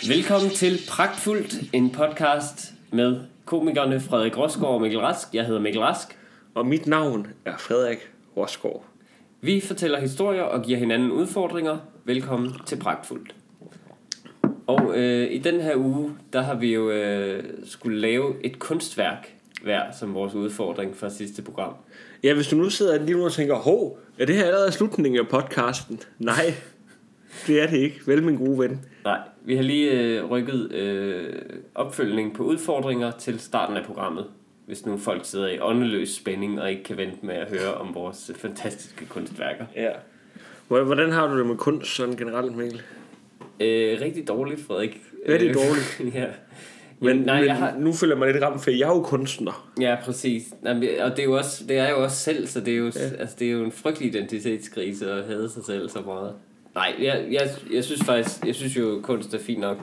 Velkommen til Pragtfuldt, en podcast med komikerne Frederik Rosgaard og Mikkel Rask. Jeg hedder Mikkel Rask. Og mit navn er Frederik Rosgaard. Vi fortæller historier og giver hinanden udfordringer. Velkommen til Pragtfuldt. Og i den her uge, der har vi jo skulle lave et kunstværk hver som vores udfordring fra sidste program. Ja, hvis du nu sidder lige nu og tænker, er det her allerede slutningen af podcasten? Nej, det er det ikke. Vel, min gode ven. Nej, vi har lige rykket opfølgning på udfordringer til starten af programmet. Hvis nu folk sidder i åndeløs spænding og ikke kan vente med at høre om vores fantastiske kunstværker. Ja. Hvordan har du det med kunst sådan generelt, Mikkel? Rigtig dårligt, Frederik. Rigtig dårligt? Ja. Men nu føler jeg mig lidt ramt, for jeg er jo kunstner. Ja, præcis. Og det er jo også selv, så det er jo, altså, det er jo en frygtelig identitetskrise at hade sig selv så meget. Nej, jeg synes faktisk, jeg synes jo kunst er fint nok.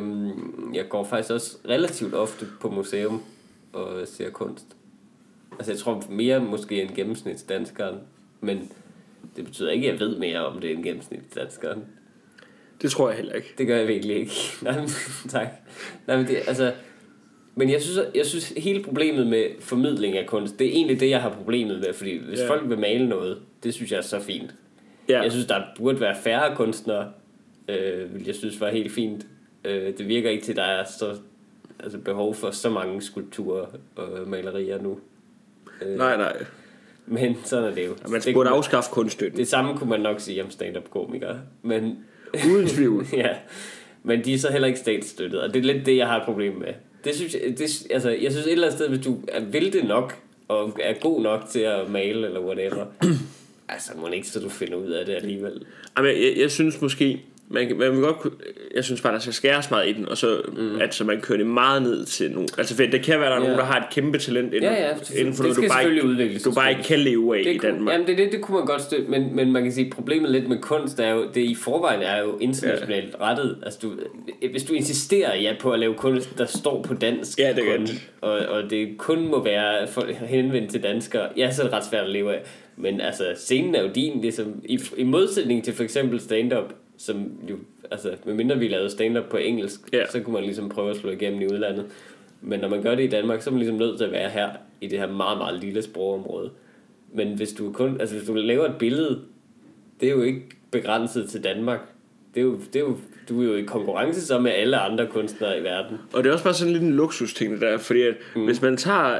Jeg går faktisk også relativt ofte på museum og ser kunst. Altså jeg tror mere måske end gennemsnitsdanskeren, men det betyder ikke, at jeg ved mere om det end gennemsnitsdanskeren. Det tror jeg heller ikke. Det gør jeg virkelig ikke. Nej, men, tak. Nej, men det, altså, men jeg synes hele problemet med formidling af kunst, det er egentlig det, jeg har problemet med, fordi hvis folk vil male noget, det synes jeg er så fint. Jeg synes, der burde være færre kunstnere, vil jeg synes var helt fint. Det virker ikke til, at der er så behov for så mange skulpturer og malerier nu. Nej. Men sådan er det jo. Ja, man burde afskaffe kunststøtten. Det samme kunne man nok sige om stand-up-komikere. Men uden tvivl. Ja, men de er så heller ikke statsstøttet, og det er lidt det, jeg har et problem med. Det synes jeg synes et eller andet sted, hvis du vil det nok og er god nok til at male eller whatever, altså må ikke så du finder ud af det alligevel. Jamen, jeg synes måske man vil godt, jeg synes bare der skal skæres meget i den, og så at så man kører det meget ned til nogen. Altså for det kan være der er nogen der har et kæmpe talent inden for noget du bare ikke kan leve af i Danmark. Jamen det kunne man godt støtte, men man kan sige problemet lidt med kunst er jo det i forvejen er jo internationalt rettet. Altså hvis du insisterer på at lave kunst der står på dansk, og det kun må være henvendt til danskere, så er det ret svært at leve af. Men altså scenen er jo din ligesom i modsætning til for eksempel stand-up, som jo, altså medmindre vi lavede stand-up på engelsk, så kunne man ligesom prøve at slå igennem i udlandet. Men når man gør det i Danmark, så er man ligesom nødt til at være her i det her meget, meget lille sprogområde. Men hvis du laver et billede, det er jo ikke begrænset til Danmark. Du er jo i konkurrence så med alle andre kunstnere i verden. Og det er også bare sådan lidt en luksusting det der, fordi at hvis man tager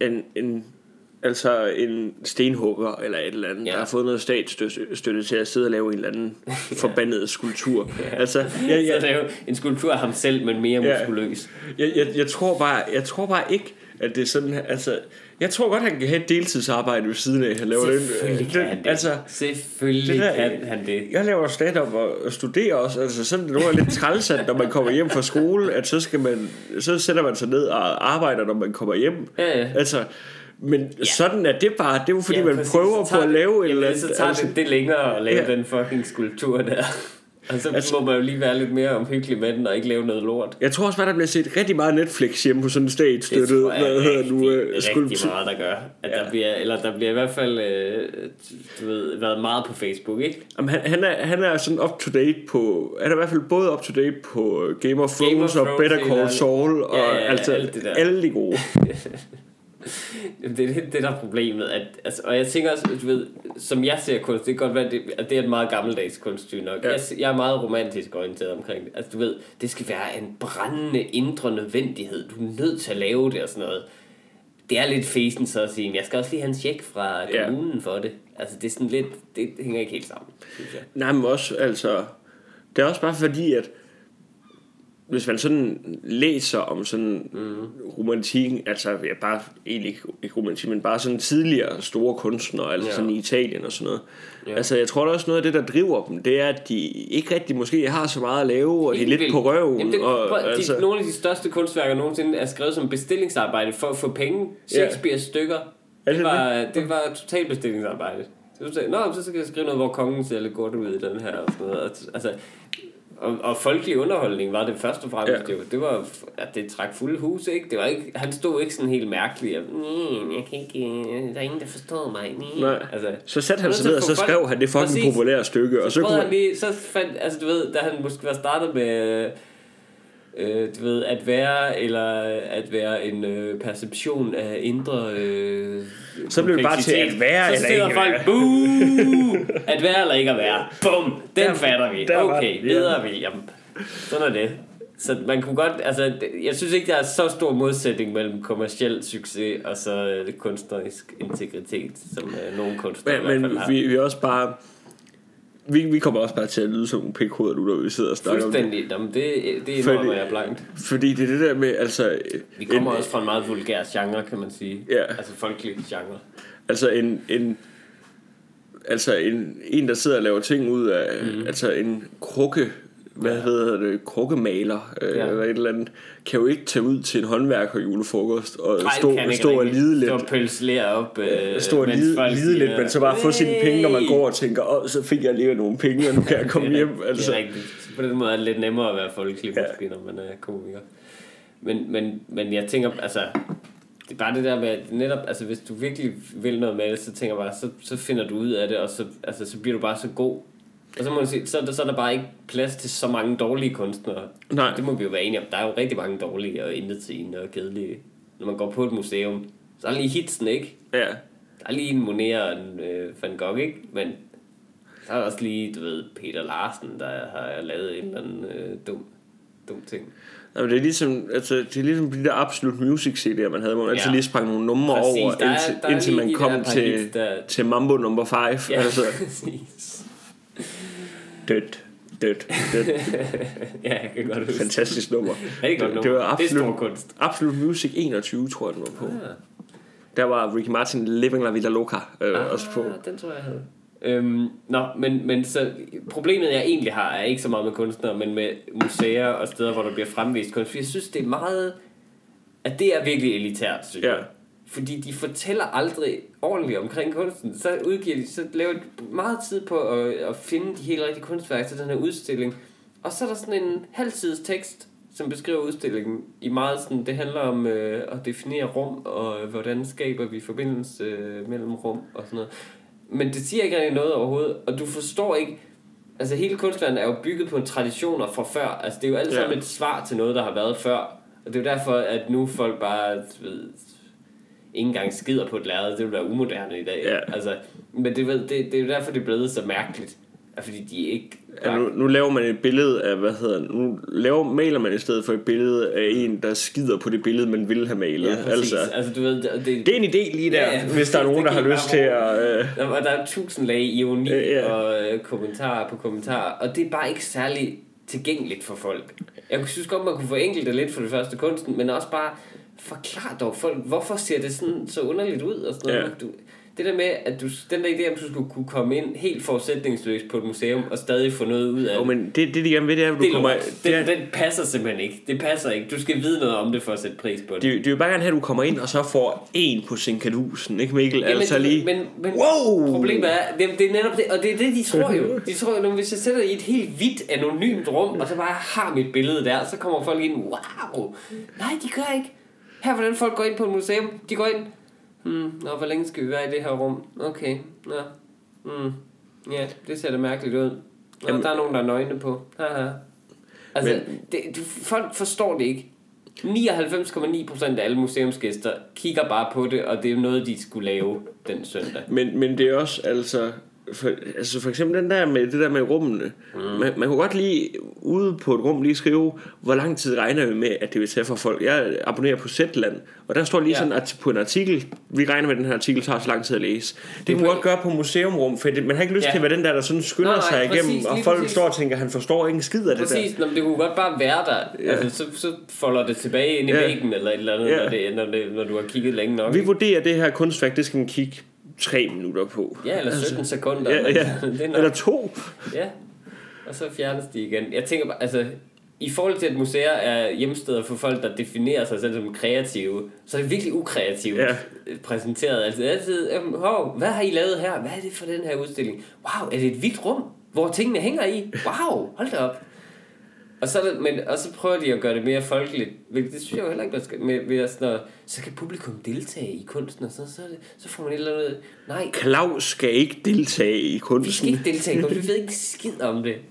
en stenhugger eller et eller andet, der har fået noget statsstøtte til at sidde og lave en eller anden forbandet skulptur. Så lave en skulptur af ham selv, men mere muskuløs. Jeg tror bare ikke, at det er sådan. Altså, jeg tror godt, han kan have et deltidsarbejde ved siden af. Selvfølgelig kan han det. Jeg laver stand-up og studerer også. Altså, sådan det er lidt trælsat, når man kommer hjem fra skole, at så sætter man sig ned og arbejder, når man kommer hjem. Altså. Men sådan er det bare. Det er jo fordi man prøver på at lave eller så tager det længere at lave den fucking skulptur der. Og så må man jo lige være lidt mere omhyggelig med den og ikke lave noget lort. Jeg tror også bare der bliver set rigtig meget Netflix hjemme på sådan en statsstøttet. Det tror jeg rigtig meget der gør at der bliver i hvert fald været meget på Facebook, ikke? Jamen, han er sådan up to date på. Han er i hvert fald både up to date på Game of Thrones og Better Call Saul og alle de gode. Det der er problemet og jeg tænker også, du ved, som jeg ser kunst, det kan godt være at det er et meget gammeldags kunststyr nok. Jeg er meget romantisk orienteret omkring det. Altså du ved, det skal være en brændende indre nødvendighed. Du er nødt til at lave det og sådan noget. Det er lidt fesen så at sige, jeg skal også lige have en check fra kommunen for det. Altså det er sådan lidt, det hænger ikke helt sammen, synes jeg. Nej, men også det er også bare fordi at hvis man sådan læser om sådan romantikken, altså bare egentlig ikke romantik, men bare sådan tidligere store kunstnere, altså sådan i Italien og sådan noget. Altså jeg tror da også noget af det der driver dem, det er at de ikke rigtig måske har så meget at lave, og de er lidt på røven. Jamen nogle af de største kunstværker nogensinde er skrevet som bestillingsarbejde for at få penge. Shakespeares stykker, det var totalt bestillingsarbejde. Så skal jeg skrive noget, hvor kongen ser lidt godt ud i den her og sådan noget. Altså og folkelig underholdning var det først og fremmest. Det var at det trak fulde hus, ikke? Det var ikke, han stod ikke sådan helt mærkelig. Jeg kan ikke, der er ingen der forstår mig. Nej. Altså, så satte han sig ned og så skrev han det fucking populære stykke, og så kunne han lige, så fandt, altså du ved, da han måske var startet med du ved, at være, eller at være en perception af indre så bliver det bare til at være eller ikke folk, at være eller ikke at være. Bum, den fatter vi. Okay, videre vi. Jamen, sådan er det. Så man kunne godt, altså, jeg synes ikke, der er så stor modsætning mellem kommerciel succes og så kunstnerisk integritet, som nogle kunstnere i hvert fald har. Vi er også bare, vi kommer også bare til at lyde som nogle pikhoveder nu, når vi sidder og snakker om det. Fuldstændig, jamen det indrømmer jeg blankt. Fordi det er det der med, altså... Vi kommer også fra en meget vulgær genre, kan man sige. Ja. Altså folkelig genre. Altså en der sidder og laver ting ud af, altså en krukke, hedder det, krukkemaler, eller et eller andet, kan jo ikke tage ud til en håndværker julefrokost og stå og lide lidt. Stå og pølse op, stå og lide lidt, men så bare få sine penge, når man går og tænker, så fik jeg alligevel nogle penge, og nu kan jeg komme hjem. Altså. Det er rigtigt. På den måde er det lidt nemmere at være folkelig, måske, når man er komiker. Men jeg tænker, altså, det er bare det der med, at netop, altså, hvis du virkelig vil noget med det, så tænker jeg bare, så finder du ud af det, og så bliver du bare så god. Og så må man sige, så er der bare ikke plads til så mange dårlige kunstnere. Nej. Det må vi jo være enige om. Der er jo rigtig mange dårlige og intetsigende og kedelige. Når man går på et museum, så er der lige hitsen, ikke? Ja. Der er lige en Monet og en Van Gogh, ikke? Men så er der også lige, du ved, Peter Larsen, der har lavet en eller anden dum ting. Jamen, det er ligesom de der Absolute Music CD'er, man havde, hvor man altid lige sprang nogle numre over, indtil man kom til Mambo number 5. Ja, altså. præcis. Dødt. Ja, jeg kan godt huske. Fantastisk nummer. Det var stor kunst. Absolute Music 21, tror jeg, den var på. Der var Ricky Martin Living La Vida Loca også på. Den tror jeg havde. Men så problemet jeg egentlig har er ikke så meget med kunstnere, men med museer og steder, hvor der bliver fremvist kunst. For jeg synes, det er meget, at det er virkelig elitært, synes jeg. Fordi de fortæller aldrig ordentligt omkring kunsten. Så laver de meget tid på at finde de helt rigtige kunstværker til den her udstilling. Og så er der sådan en halvsides tekst, som beskriver udstillingen i meget sådan, det handler om at definere rum, og hvordan skaber vi forbindelse mellem rum og sådan noget. Men det siger ikke rigtig noget overhovedet, og du forstår ikke, altså hele kunstverdenen er jo bygget på en traditioner fra før. Altså det er jo alt sammen et svar til noget, der har været før. Og det er jo derfor, at nu folk bare ikke engang skider på et lærred. Det vil være umoderne i dag. Altså, men det er jo derfor, det er blevet så mærkeligt. Fordi de ikke... nu laver man et billede af, maler man i stedet for et billede af en, der skider på det billede, man ville have malet. Altså, du ved, det er en idé lige der, hvis der er nogen, der har lyst til at... Og der er 1000 lag ironi og kommentarer på kommentarer, og det er bare ikke særlig tilgængeligt for folk. Jeg synes godt, man kunne forenkle det lidt for det første kunsten, men også bare forklare dog folk, hvorfor ser det sådan så underligt ud og sådan noget. Det der med, at den der idé, at du skulle kunne komme ind helt forudsætningsløst på et museum og stadig få noget ud af det. Men det de gerne ved, det er, at du kommer... Den passer simpelthen ikke. Det passer ikke. Du skal vide noget om det for at sætte pris på det. Det er jo bare gerne have, at du kommer ind og så får en på sinkadusen, ikke Mikkel? Ja, altså lige... Men wow! Problemet er, det er netop det, og det er det, de tror jo. De tror jo, hvis jeg sætter i et helt hvidt, anonymt rum, og så bare har mit billede der, så kommer folk ind, wow! Nej, de gør ikke. Her, hvordan folk går ind på et museum, de går ind... hvor længe skal vi være i det her rum? Okay, ja, det ser da mærkeligt ud. Der er nogen, der er nøgne på. Haha. Altså, folk forstår det ikke. 99,9% af alle museumsgæster kigger bare på det, og det er jo noget, de skulle lave den søndag. Men det er også, altså for eksempel den der med det der med rummene. Man kunne godt lige ude på et rum lige skrive, hvor lang tid regner vi med, at det vil tage for folk. Jeg abonnerer på Zetland, og der står lige sådan på en artikel, vi regner med, at den her artikel tager så lang tid at læse. Det kan man godt gøre på museumrum, for man har ikke lyst til at være den der sådan skynder sig igennem, og folk står og tænker, han forstår ikke en skid af det der. Præcis, det kunne godt bare være der. Altså, så folder det tilbage ind i væggen, eller et eller andet, når du har kigget længe nok. Vi vurderer det her kunstværk, det skal man kigge 3 minutter på. Ja, eller 17 sekunder. Eller 2. Ja, og så fjernes de igen. Jeg tænker bare, altså, i forhold til at museer er hjemsteder for folk, der definerer sig selv som kreative, så er det virkelig ukreativt præsenteret. Altså, hvad har I lavet her? Hvad er det for den her udstilling? Wow, er det et hvidt rum, hvor tingene hænger i? Wow, hold da op. Og så prøver de at gøre det mere folkeligt. Det synes jeg jo heller ikke, der skal med sådan, så kan publikum deltage i kunsten, og så får man et eller andet. Nej. Claus skal ikke deltage i kunsten. Vi skal ikke deltage i kunsten, vi ved ikke skid om det.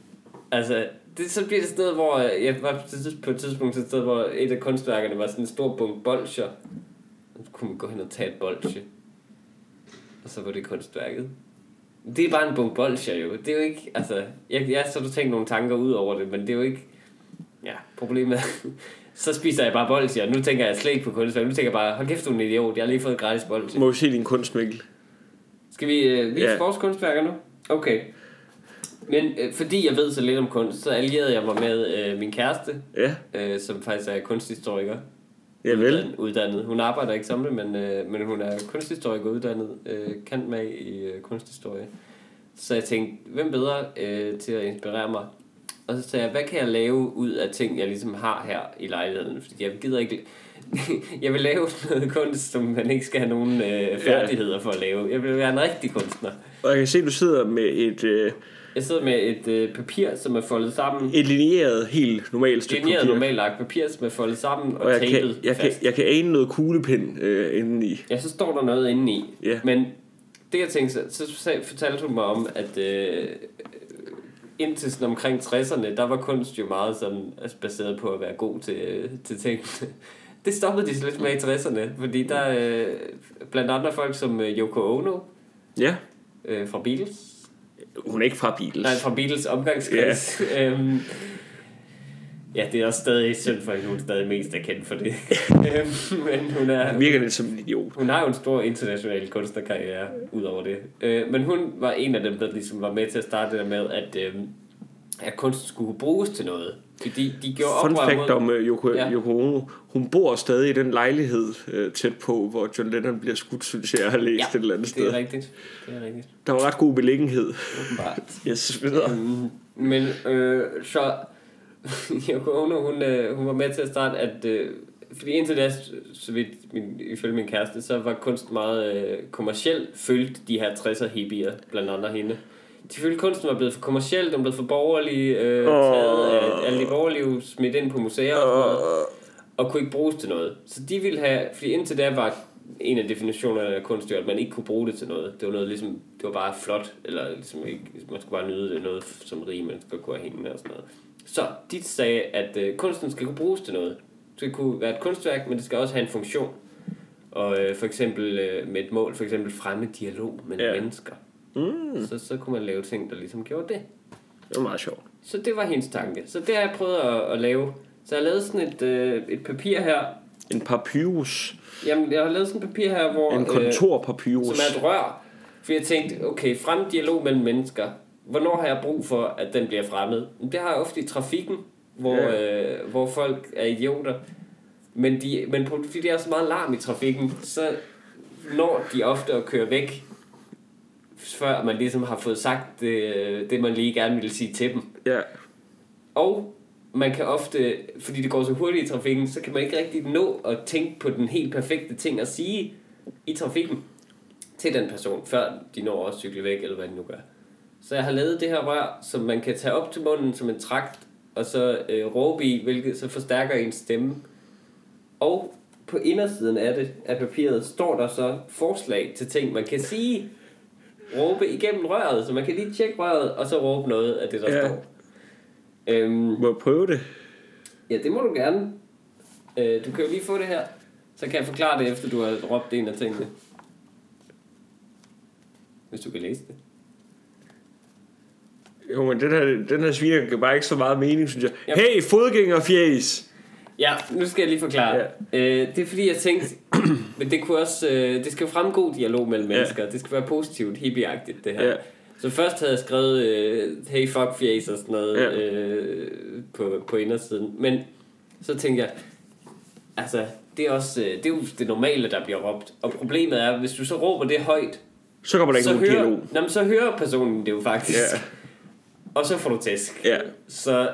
Altså, så bliver det et sted, hvor jeg var på et tidspunkt et sted, hvor et af kunstværkerne var sådan en stor bunke bolsjer. Så kunne man gå hen og tage et bolsje. Og så var det kunstværket. Det er bare en bunke bolsjer jo. Det er jo ikke, altså... så du tænkt nogle tanker ud over det, men det er jo ikke... Ja, problemet så spiser jeg bare bolsjer. Nu tænker jeg slet ikke på kunstværk. Nu tænker jeg bare, hold kæft, du er en idiot. Jeg har lige fået et gratis bolsje. Må vi se din kunst, Mikkel? Skal vi vise vores kunstværker nu? Okay. Men fordi jeg ved så lidt om kunst, så allierede jeg mig med min kæreste, som faktisk er kunsthistoriker. Ja, vel. Uddannet. Hun arbejder ikke som det, men hun er kunsthistoriker uddannet, kendt med i kunsthistorie. Så jeg tænkte, hvem bedre til at inspirere mig? Og så sagde jeg, hvad kan jeg lave ud af ting, jeg ligesom har her i lejligheden? Fordi jeg gider ikke... jeg vil lave noget kunst, som man ikke skal have nogen færdigheder for at lave. Jeg vil være en rigtig kunstner. Og jeg kan se, at du sidder med et... Jeg sidder med et papir, som er foldet sammen. Et linjeret, helt normalt stykke papir. Linjeret normalt ark papir, som er foldet sammen og tapet fast. Jeg kan ane noget kuglepind indeni. Ja, så står der noget indeni. Yeah. Men det jeg tænkte, så fortalte hun mig om, at indtil sådan omkring 60'erne, der var kunst jo meget sådan, altså baseret på at være god til ting. Det stoppede de slet med i 60'erne, fordi der blandt andre folk som Yoko Ono fra Beatles. Hun er ikke fra Beatles. Nej, fra Beatles omgangskreds. Ja, det er også stadig synd for hende, hun er stadig mest er kendt for det. Men hun virker lidt som en idiot. Hun har jo en stor international kunstnerkarriere ud over det. Men hun var en af dem, der ligesom var med til at starte det der med, at kunst skulle bruges til noget. Fordi de gjorde fun fact om Yoko Ono. Hun bor stadig i den lejlighed tæt på, hvor John Lennon bliver skudt, synes jeg har læst et eller andet sted. Det er rigtigt. Der var ret god beliggenhed. Åbenbart. Yes, videre. Men så Yoko Ono, hun var med til at starte, at fordi indtil da, så vidt ifølge min kæreste, så var kunst meget kommercielt, følte de her 60'er hippier, blandt andre hende. De følte, kunsten var blevet for kommerciel, den var blevet for borgerlig, taget af alle de borgerlige, smidt ind på museer og sådan noget, og kunne ikke bruges til noget. Så de ville have, fordi indtil da var en af definitionerne af kunst, at man ikke kunne bruge det til noget. Det var noget ligesom, det var bare flot, eller ligesom ikke, man skulle bare nyde det, noget som rig, man skulle gå hængende og sådan noget. Så de sagde, at kunsten skal kunne bruges til noget. Det skal kunne være et kunstværk, men det skal også have en funktion. Og for eksempel med et mål, for eksempel fremme dialog med mennesker. Så kunne man lave ting, der ligesom gjorde det. Det var meget sjovt. Så det var hendes tanke. Så det har jeg prøvet at lave. Så jeg har lavet sådan et papir her. En papyrus. Jamen, jeg har lavet sådan et papir her, hvor... En kontorpapyrus. Som er et rør. For jeg tænkte, okay, fremme dialog mellem mennesker. Hvornår har jeg brug for, at den bliver fremmet? Det har jeg ofte i trafikken, hvor folk er idioter. Men fordi det er så meget larm i trafikken, så når de ofte at køre væk, før man ligesom har fået sagt det man lige gerne ville sige til dem. Ja. Og man kan ofte, fordi det går så hurtigt i trafikken, så kan man ikke rigtig nå at tænke på den helt perfekte ting at sige i trafikken til den person, før de når også cykle væk, eller hvad de nu gør. Så jeg har lavet det her rør, som man kan tage op til munden som en tragt, og så råbe i, hvilket så forstærker ens stemme. Og på indersiden af papiret står der så forslag til ting, man kan sige, råbe igennem røret, så man kan lige tjekke røret, og så råbe noget af det, der står. Må jeg prøve det? Ja, det må du gerne. Du kan jo lige få det her, så kan jeg forklare det, efter du har råbt en af tingene. Hvis du kan læse det. Jo, men den her sviner kan bare ikke så meget mening, synes jeg. Yep. Hey, fodgængerfjæs! Ja, nu skal jeg lige forklare. Det er fordi, jeg tænkte, men det kunne også, det skal jo fremme god dialog mellem mennesker. Det skal være positivt, hippieagtigt, det her. Så først havde jeg skrevet, hey, fuck fjæs og sådan noget på indersiden. Men så tænkte jeg, altså, det er jo det normale, der bliver råbt. Og problemet er, hvis du så råber det højt, så kommer der ikke nogen dialog. Så hører personen det jo faktisk. Yeah. Og så får du tæsk. Yeah. Så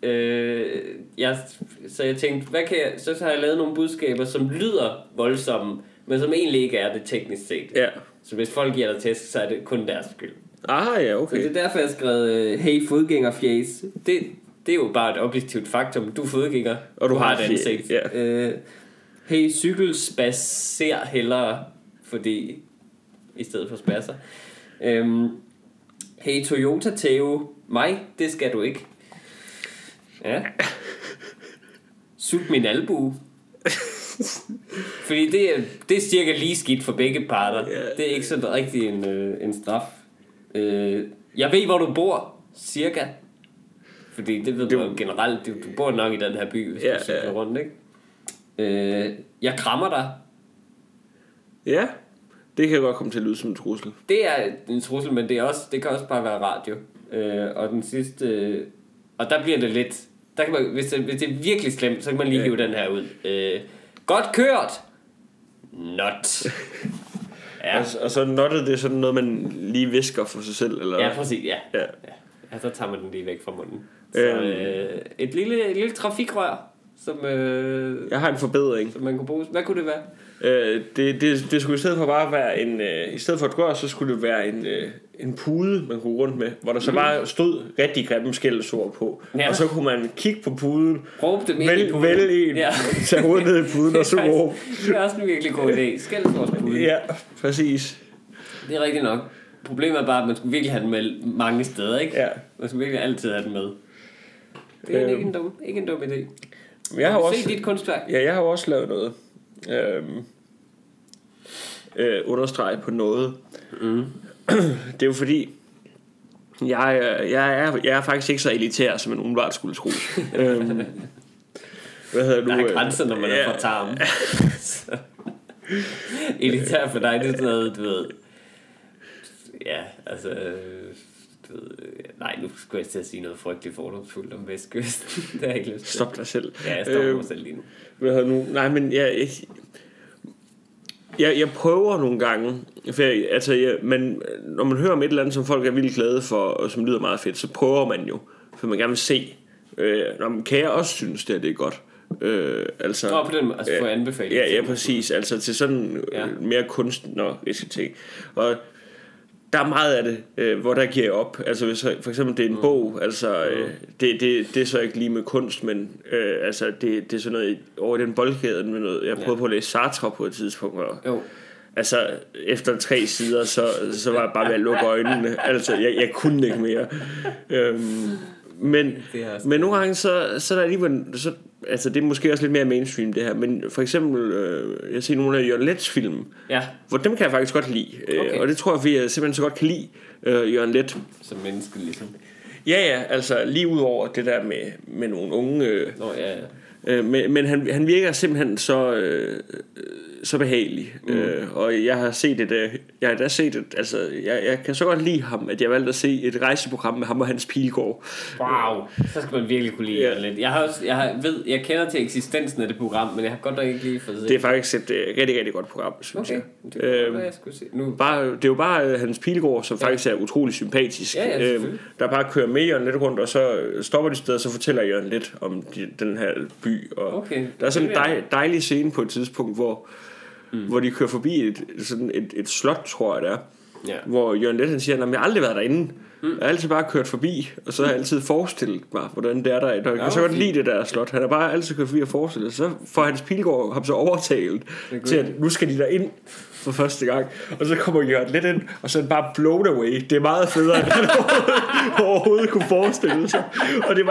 jeg tænkte, så har jeg lavet nogle budskaber, som lyder voldsomme, men som egentlig ikke er det teknisk set. Yeah. Så hvis folk giver dig tæsk, så er det kun deres skyld. Ah, ja, okay. Så det er derfor, jeg har skrevet, hey, fodgængerfjæs. Det er jo bare et objektivt faktum. Du er fodgænger, og du har et ansigt. Yeah. Hey, cykelspacer hellere, fordi i stedet for spasser. Hey, Toyota Theo, mig, det skal du ikke. Ja. Sut min albue. Fordi det er cirka lige skidt for begge parter. Det er ikke sådan rigtig en straf. Jeg ved, hvor du bor, cirka. Fordi det ved du generelt. Du bor nok i den her by, hvis du cykler rundt, ikke? Jeg krammer dig. Ja, det kan godt komme til at lyde som en trussel. Det er en trussel, men det kan også bare være radio. Og den sidste... og der bliver det lidt... Der kan man, hvis det er virkelig slemt, så kan man lige hive den her ud. Godt kørt! Not. Ja. Og så nottet, det er sådan noget, man lige visker for sig selv, eller? Ja, præcis, ja. Så tager man den lige væk fra munden. Så et lille trafikrør, som... jeg har en forbedring. Som man kunne bruge. Hvad kunne det være? Det skulle i stedet for bare være i stedet for et rør, så skulle det være en pude, man kunne gå rundt med, hvor der så bare stod rigtig grimme skældsord på. Ja. Og så kunne man kigge på puden, vælge en, tage hovedet ned i puden, og så råbe. Det er også en virkelig god idé. Skældsordspuden. Ja, præcis. Det er rigtigt nok. Problemet er bare, at man skulle virkelig have den med mange steder, ikke? Ja. Man skulle virkelig altid have den med. Det er ikke en dum idé. Jeg har også set dit kunstværk. Ja, jeg har også lavet noget. Understrege på noget. Det er jo fordi jeg er faktisk ikke så elitær, som man umiddelbart skulle tro. Hvad hedder du? Der er grænser, når man er fra Tarm. Elitær for dig, det er sådan noget, du ved. Ja, altså... nej, nu skulle jeg til at sige noget frygteligt fordomsfuldt om Vestkysten. Det har jeg ikke lyst til. Stop dig selv. Ja, jeg stopper mig selv lige nu. Hvad hedder nu? Nej, men jeg prøver nogle gange, men når man hører om et eller andet, som folk er vildt glade for, og som lyder meget fedt, så prøver man jo, for man gerne vil se. Kan jeg også synes, det er godt. På den, få anbefaling. Ja, præcis. Altså til sådan mere kunstneriske ting. Og der er meget af det, hvor der giver jeg op. Altså hvis for eksempel det er en bog, altså det er så ikke lige med kunst, men altså det er sådan noget over den boldgade med noget. Jeg prøvede på at læse Sartre på et tidspunkt, og altså efter 3 sider så var jeg bare ved at lukke øjnene. Altså jeg kunne ikke mere. Men nogle gange så er der alligevel altså det er måske også lidt mere mainstream det her, men for eksempel jeg ser nogle af Jørgen Leths film, hvor dem kan jeg faktisk godt lide, og det tror jeg, fordi jeg simpelthen så godt kan lide Jørgen Leth som menneske ligesom. Ja, altså lige ud over det der med nogle unge men han virker simpelthen så behagelig. Og jeg har set et, altså jeg kan så godt lide ham, at jeg valgte at se et rejseprogram med ham og Hans Pilgaard. Wow, så skal man virkelig kunne lide lidt. Jeg kender til eksistensen af det program, men jeg har godt nok ikke lige fået set. Det er faktisk et rigtig, rigtig godt program, synes jeg. Det jeg skulle se. Nu. Det er jo bare Hans Pilgaard, som faktisk er utrolig sympatisk, der bare kører med Jørgen Leth rundt, og så stopper de steder, og så fortæller Jørgen Leth om den her by. Og der er sådan en dejlig scene på et tidspunkt, hvor de kører forbi et slot, tror jeg det er, hvor Jørgen Leth siger, at jeg har aldrig været derinde. Jeg har altid bare kørt forbi, og så har jeg altid forestillet mig, hvordan det er der. Jeg kan så godt lide det der slot. Han har bare altid kørt forbi og forestillet. Så får Hans Pilgaard ham så overtalt til, at nu skal de derinde for første gang. Og så kommer Jørgen Leth ind, og så er han bare blown away. Det er meget federe, end han overhovedet kunne forestille sig. Og det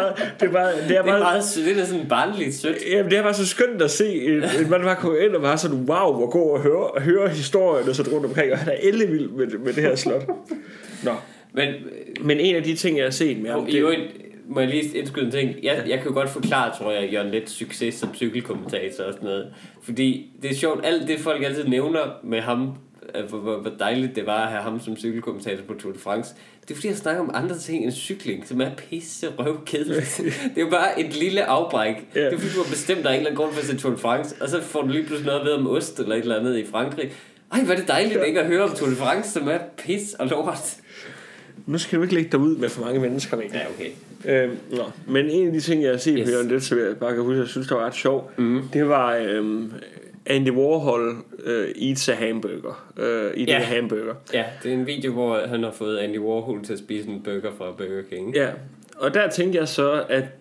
er sådan barnligt sødt. Jamen, det er bare så skønt at se en mand bare komme ind og bare sådan, wow, hvor god at høre historien og så rundt omkring. Og han er ellevild med det her slot. Nå. Men en af de ting, jeg har set med ham... Må jeg lige indskyde en ting? Jeg kan godt forklare, tror jeg, Jørgen Leths succes som cykelkommentator og sådan noget. Fordi det er sjovt, alt det folk altid nævner med ham, hvor dejligt det var at have ham som cykelkommentator på Tour de France. Det er fordi, jeg snakker om andre ting end cykling, som er pisse røvkedeligt. Det er jo bare et lille afbræk. Det er fordi, du har bestemt dig en eller anden grund for at se Tour de France, og så får du lige pludselig noget at vide om ost eller et eller andet i Frankrig. Ej, hvor er det dejligt ikke at høre om Tour de France, som er pis og lort. Nu skal du ikke lægge dig ud med for mange mennesker. Ja, okay. Men en af de ting, jeg har set på Jørgen Leth, så jeg bare kan huske, jeg synes, det var ret sjovt, det var Andy Warhol eats a hamburger. Hamburger. Ja, det er en video, hvor han har fået Andy Warhol til at spise en burger fra Burger King. Ja, og der tænkte jeg så,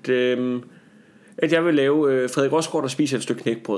at jeg vil lave Frederik Rosgaard, der spiser et stykke knækbrød.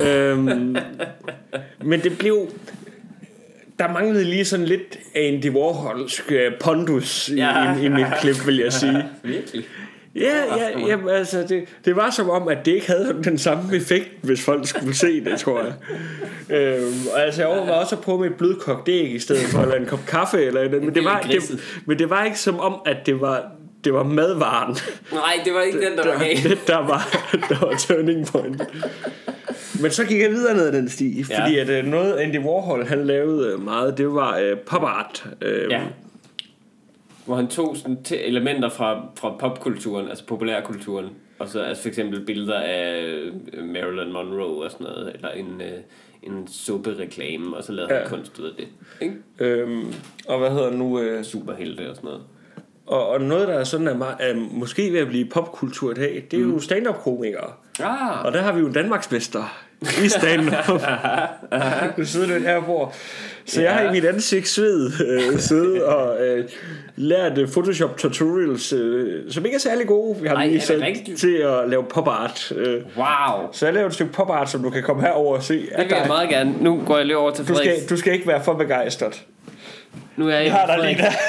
Men det blev... Der manglede lige sådan lidt Andy Warholsk pondus i mit klip, vil jeg sige. Virkelig? Ja, altså det var som om, at det ikke havde den samme effekt, hvis folk skulle se det, tror jeg. Og altså, jeg overvejede også at prøve med et blødkogt æg i stedet for, eller en kop kaffe, eller noget, men det var ikke som om, at det var madvaren. Nej, det var ikke den, der var galt. Det, der var turning point. Men så gik jeg videre ned ad den sti, fordi at noget Andy Warhol, han lavede meget, det var pop art. Hvor han tog sådan elementer fra popkulturen, altså populærkulturen, og så altså for eksempel billeder af Marilyn Monroe og sådan noget, eller en suppereklame, og så lavede han kunst ud af det. Ikke? Og hvad hedder nu? Superhelte og sådan noget. Og noget, der er sådan er måske ved at blive popkultur i dag, det er jo stand-up-komikere. Og der har vi jo Danmarksmester i stand-up. Du sidder lidt her hvor. Så jeg har i mit ansigt siddet og lært Photoshop tutorials, som ikke er særlig gode. Vi har lige sat til at lave pop-art. Wow. Så jeg laver et stykke pop-art, som du kan komme herover og se. Det vil jeg meget gerne. Nu går jeg lige over til Frederik. Du skal ikke være for begejstret. Nu er jeg har der lige der.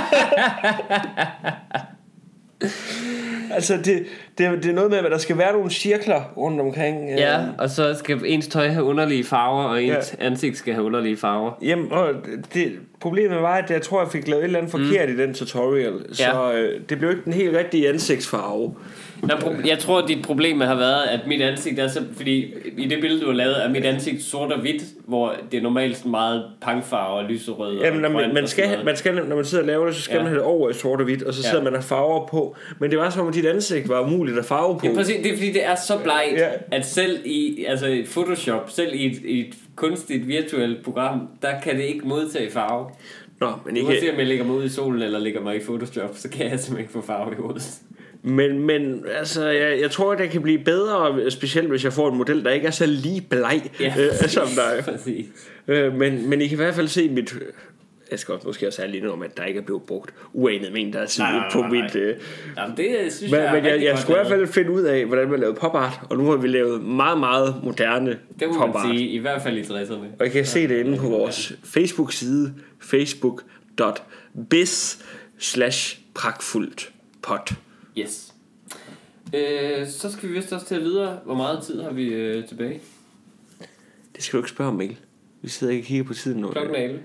Altså det er noget med, at der skal være nogle cirkler rundt omkring. Ja, og så skal ens tøj have underlige farver, og ens ansigt skal have underlige farver. Jamen, og problemet var, at jeg tror, jeg fik lavet et eller andet forkert i den tutorial. Så det blev ikke den helt rigtige ansigtsfarve. Jeg tror, at dit problem har været, at mit ansigt er så... Fordi i det billede, du har lavet, er mit ansigt sort og hvidt, hvor det er normalt sådan meget pangfarver, lyserød. Jamen, man skal, når man sidder og laver det, så skal man have det over i sort og hvidt, og så sidder man og farver på. Men det var som om, at dit ansigt var umuligt at farve på. Ja, præcis. Det er fordi, det er så blegt, at selv i Photoshop, selv i et kunstigt virtuelt program, der kan det ikke modtage farve. Nå, men ikke... Du kan se, om jeg lægger mig ud i solen, eller lægger mig i Photoshop, så kan jeg simpelthen ikke få farve i hovedet. Men altså, jeg tror, at det kan blive bedre, specielt hvis jeg får en model, der ikke er så lige bleg som dig. Præcis. Men I kan i hvert fald se mit... Jeg skal måske også have lige om, at der ikke er blevet brugt uanet mængder af tid på mit... Jamen, det synes men jeg skulle i hvert fald finde ud af, hvordan man lavede pop-art, og nu har vi lavet meget, meget moderne det må man sige, i hvert fald i 60'erne. Og I kan se det inde på vores Facebook-side, facebook.biz/pragtfuldpot. Yes. Så skal vi vist også til videre. Hvor meget tid har vi tilbage? Det skal du ikke spørge om, Mikkel. Vi sidder ikke og kigger på tiden nu. Klokken er 11.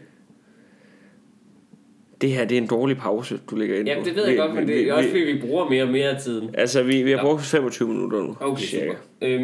Det her, det er en dårlig pause, du lægger ind på. Jamen, det ved jeg godt, men det er også fordi, vi bruger mere og mere af tiden. Altså, vi har brugt 25 minutter nu. Okay, super.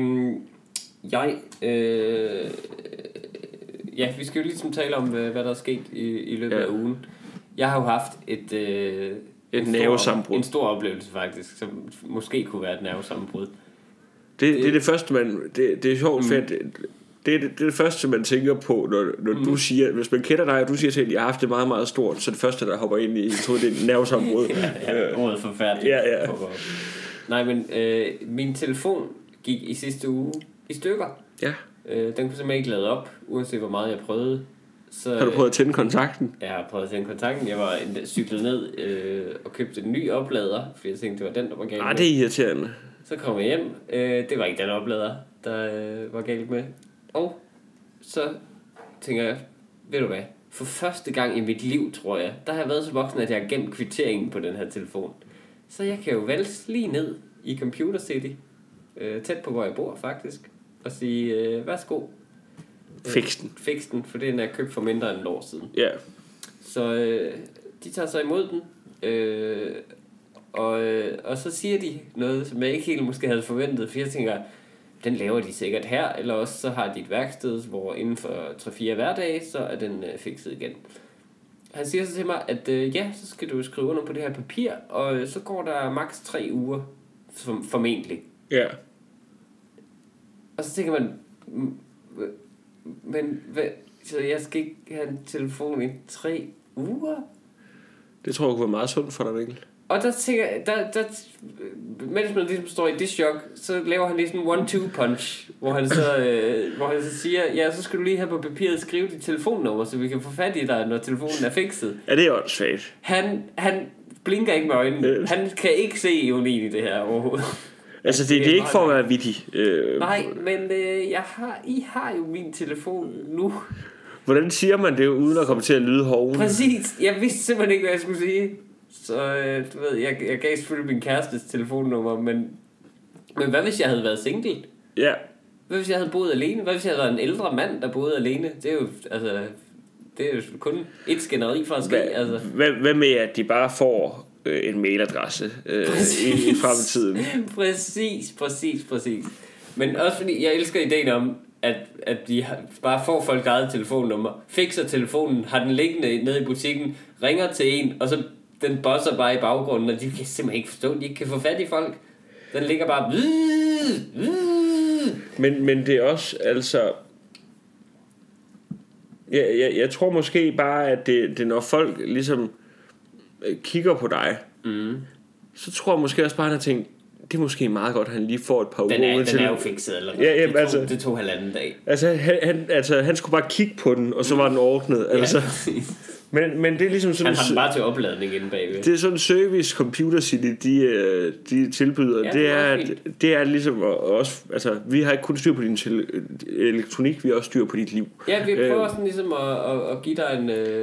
Vi skal jo ligesom tale om, hvad der er sket i løbet af ugen. Jeg har jo haft et nervesammenbrud. En stor oplevelse faktisk, som måske kunne være et nervesammenbrud. Det er det første, det er sjovt fedt. Det er det første, man tænker på, når du siger, hvis man kender dig, og du siger til, at jeg har haft det meget, meget stort, så det første, der hopper ind i hovedet, det er nervesammenbrud. Ordet forfærdeligt. Ja. Nej, men min telefon gik i sidste uge i stykker. Ja. Den kunne simpelthen ikke lade op, uanset hvor meget jeg prøvede. Så, har du prøvet at tænde kontakten? Jeg har prøvet at tænde kontakten. Jeg var cyklet ned og købte en ny oplader, fordi jeg tænkte, det var den, der var galt med. Det er irriterende. Så kom jeg hjem. Det var ikke den oplader, der var galt med. Og så tænker jeg, ved du hvad, for første gang i mit liv, tror jeg, der har jeg været så voksen, at jeg har gemt kvitteringen på den her telefon. Så jeg kan jo valse lige ned i Computer City, tæt på hvor jeg bor faktisk, og sige, værsgo. Fix den, for den er købt for mindre end et år siden. Ja. Så de tager sig imod den, og så siger de noget, som jeg ikke helt måske havde forventet, for jeg tænker, den laver de sikkert her, eller også så har de et værksted, hvor inden for 3-4 hverdage, så er den fikset igen. Han siger så til mig, at så skal du skrive under på det her papir, og så går der maks 3 uger, formentlig. Ja. Og så tænker man, men så jeg skal ikke have en telefon i 3 uger? Det tror jeg kunne være meget sundt for dig, Mikkel. Og der tænker jeg, mens man ligesom står i det chok, så laver han lige sådan en 1-2 punch, hvor han så siger, ja, så skal du lige have på papiret skrive dit telefonnummer, så vi kan få fat i dig, når telefonen er fikset. Ja, det er åndssvagt. Han blinker ikke med øjnene. Han kan ikke se ironien i det her overhovedet. Altså, det er ikke for at være vittig. Nej, men I har jo min telefon nu. Hvordan siger man det uden at komme til at lyde hoven? Præcis. Jeg vidste simpelthen ikke, hvad jeg skulle sige. Så du ved, jeg gav selvfølgelig min kærestes telefonnummer, men hvad hvis jeg havde været single? Ja. Hvad hvis jeg havde boet alene? Hvad hvis jeg havde været en ældre mand, der boede alene? Det er jo, altså, det er jo kun et skænderi for at ske. Altså. Hvad med, at de bare får en mailadresse i fremtiden? Præcis. Men også fordi, jeg elsker ideen om, at de bare får folk eget telefonnummer, fikser telefonen, har den liggende nede i butikken, ringer til en, og så den bosser bare i baggrunden, og de kan simpelthen ikke forstå, de ikke kan få fat i folk. Den ligger bare... Men det er også, altså... Jeg tror måske bare, at det når folk ligesom kigger på dig, så tror jeg måske også bare, at han har tænkt, det er måske meget godt, at han lige får et par uger. Den er jo fikset allerede. Det tog halvanden dag. Altså, han skulle bare kigge på den, og så var den ordnet. Altså. Men det er ligesom sådan... Han har den bare til opladning inde bagved. Det er sådan en service Computer City, de tilbyder. Ja, det er ligesom også... Altså, vi har ikke kun styr på din elektronik, vi har også styr på dit liv. Ja, vi prøver sådan ligesom at give dig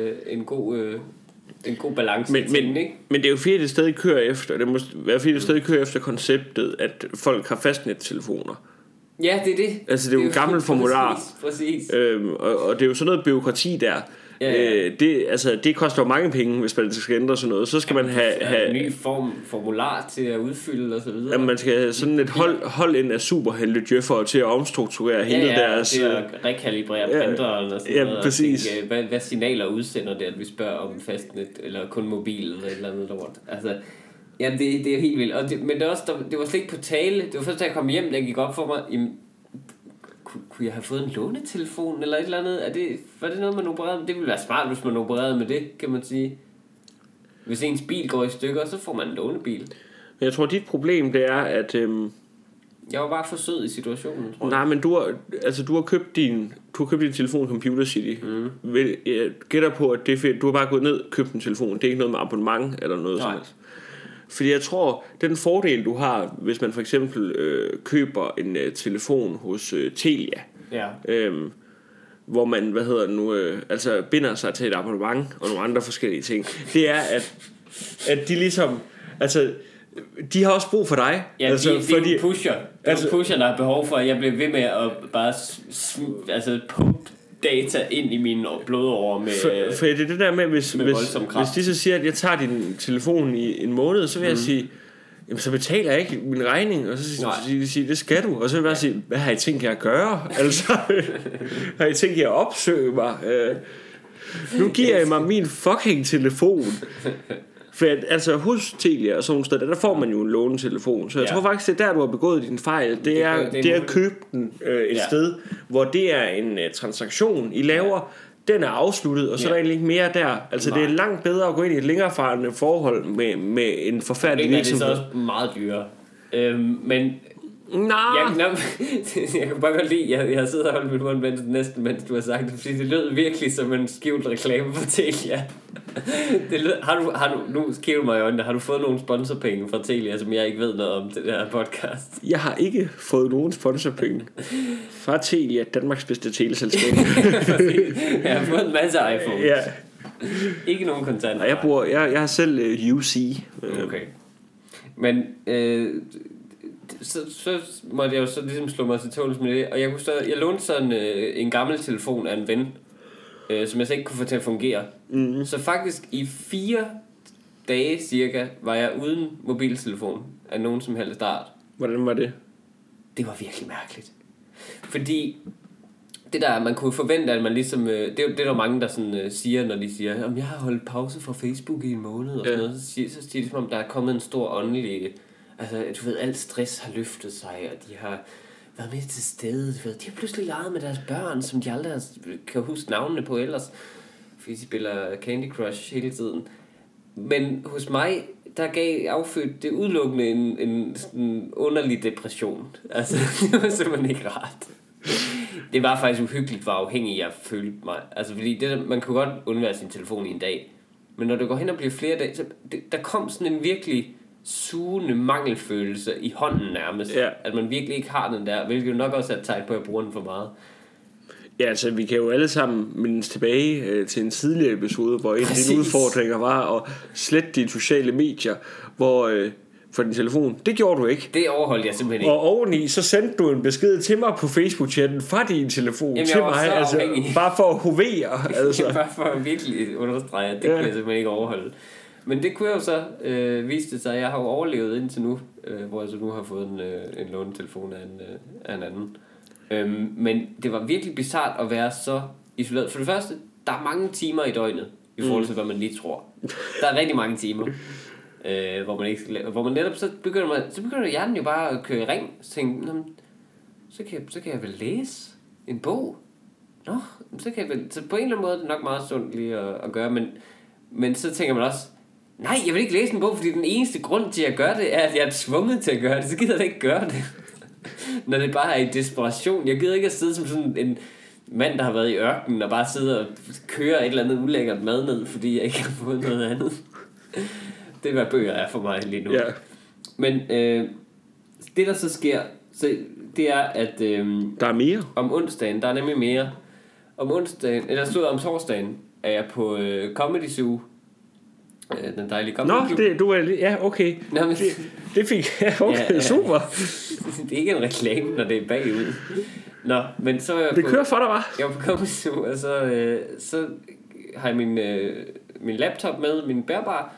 en god balance i tingene, ikke? Men det er jo fordi, det stadig kører efter. Det må være fordi, det stadig kører efter konceptet, at folk har fastnettelefoner. Ja, det er det. Altså, det er jo en gammel formular. Præcis. Og det er jo sådan noget bureaukrati der. Ja. Det koster jo mange penge, hvis man skal ændre sådan noget. Så skal man have en ny formular til at udfylde og så videre. Man skal have sådan et hold ind af superheltedjøffere til at omstrukturere hele deres... til at rekalibrere printeren og sådan noget. Præcis. Og tænke, hvad signaler udsender det, at vi spørger om fastnet eller kun mobil eller et eller andet lort. Altså, ja, det er helt vildt. Men det var slet ikke på tale. Det var først, da jeg kom hjem, der gik op for mig... Kunne jeg have fået en lånetelefon eller et eller andet? Var det noget, man opererede med? Det ville være smart, hvis man opererede med det, kan man sige. Hvis ens bil går i stykker, så får man en lånebil. Jeg tror, dit problem, det er, at... Jeg var bare for sød i situationen, tror jeg. Nej, men du har købt din telefon Computer City. Jeg gætter på, at det er fedt. Du har bare gået ned og købt en telefon. Det er ikke noget med abonnement eller noget sådan noget. Fordi jeg tror, den fordel du har, hvis man for eksempel køber en telefon hos Telia, hvor man, binder sig til et abonnement og nogle andre forskellige ting, det er, at de ligesom, altså, de har også brug for dig. Ja, det er en pusher. Det er en pusher, der har behov for, at jeg bliver ved med at bare pumpe data ind i mine blodårer med for det er det der med, hvis de så siger, at jeg tager din telefon i en måned, så vil jeg sige, jamen så betaler jeg ikke min regning, og så siger det skal du, og så vil jeg bare sige, hvad har I tænkt jer at gøre? Altså, har I tænkt jer at opsøge mig? Nu giver jeg mig min fucking telefon. For altså hos Telia og sådan steder, der får man jo en lånetelefon. Så jeg tror faktisk, det er der, du har begået din fejl. Det er at købe den et sted, hvor det er en transaktion, I laver. Den er afsluttet, og så er der egentlig ikke mere der. Altså det er langt bedre at gå ind i et længerefarende forhold med en forfærdelig virksomhed. Det er så også meget dyrere. Men... Nej. Jeg kan bare godt lide, jeg har siddet og holdt mit mund næsten, mens du har sagt det, fordi det lød virkelig som en skjult reklame for Telia. Har du nu kigger du mig i øjnene, har du fået nogle sponsorpenge fra Telia, som jeg ikke ved noget om det der podcast? Jeg har ikke fået nogen sponsorpenge fra Telia, Danmarks bedste teleselskab. Jeg har fået en masse iPhones. Ja. Ikke nogen kontanter. Jeg har selv UC. Okay. Men så måtte jeg jo så ligesom slå mig til tåls med det. Og jeg lånte sådan en gammel telefon af en ven, som jeg så ikke kunne få til at fungere. Så faktisk i 4 dage cirka var jeg uden mobiltelefon af nogen som helst start. Hvordan var det? Det var virkelig mærkeligt. Fordi det der, man kunne forvente, at man ligesom... Det er der mange, der sådan, siger, når de siger, om jeg har holdt pause fra Facebook i en måned og sådan noget. Så siger de som om, der er kommet en stor åndelig... Altså, du ved, alt stress har løftet sig, og de har været med til stede. De har pludselig leget med deres børn, som de aldrig kan huske navnene på ellers. Fordi de spiller Candy Crush hele tiden. Men hos mig, der affødt det udelukkende en underlig depression. Altså, det var simpelthen ikke rart. Det var faktisk uhyggeligt, hvor afhængig jeg følte mig. Altså, fordi man kunne godt undvære sin telefon i en dag. Men når det går hen og bliver flere dage, så der kom sådan en virkelig sugende mangelfølelse i hånden nærmest. At man virkelig ikke har den der, hvilket jo nok også er et tegn på, at jeg bruger den for meget. Ja, altså vi kan jo alle sammen mindes tilbage til en tidligere episode, hvor en af dine udfordringer var at slette dine sociale medier, hvor for din telefon. Det gjorde du ikke. Det overholdt jeg simpelthen ikke. Og oveni, så sendte du en besked til mig på Facebook-chatten fra din telefon. Jamen, til mig, altså, bare for at hovere. Altså. Bare for at virkelig understrege, det kunne jeg simpelthen ikke overholde. Men det kunne jeg jo så vise det sig. Jeg har jo overlevet indtil nu, hvor jeg så nu har fået en lånetelefon af en anden. Men det var virkelig bizart at være så isoleret. For det første, der er mange timer i døgnet i forhold til hvad man lige tror. Der er rigtig mange timer, hvor man netop så begynder hjernen jo bare at køre i ring. Så tænker så kan jeg vel læse en bog. Så på en eller anden måde er det nok meget sundt lige at gøre, men så tænker man også, nej, jeg vil ikke læse en bog, fordi den eneste grund til at gøre det er, at jeg er tvunget til at gøre det. Så gider jeg ikke gøre det. Når det bare er i desperation. Jeg gider ikke at sidde som sådan en mand, der har været i ørkenen og bare sidder og kører et eller andet ulækkert mad ned, fordi jeg ikke har fået noget andet. Det er hvad bøger er for mig lige nu. Yeah. Men det der så sker, det er at der er mere. Om onsdagen, der er nemlig mere. Om torsdagen er jeg på Comedy Zoo. Den dejlige Comedy Zoo. Du er ja, okay. Nå, men, det fik okay, ja, super. Det er ikke en reklame, når det er bagud. Nå, men så det kører for dig, hva'? Jeg var på Comedy Zoo, og så har jeg min laptop med, min bærbare,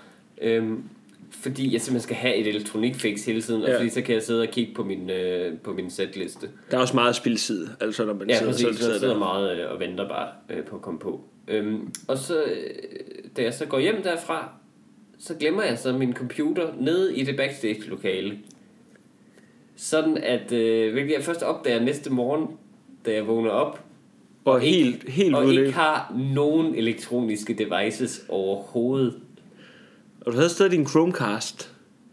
fordi jeg simpelthen skal have et elektronikfix hele tiden, og fordi så kan jeg sidde og kigge på min setliste. Der er også meget spildtid, altså når man sidder meget og venter bare på at komme på. Og så da jeg så går hjem derfra, så glemmer jeg så min computer nede i det backstage-lokale. Sådan at hvilket jeg først opdager næste morgen, da jeg vågner op, og helt ikke har nogen elektroniske devices overhovedet. Og du havde stadig din Chromecast.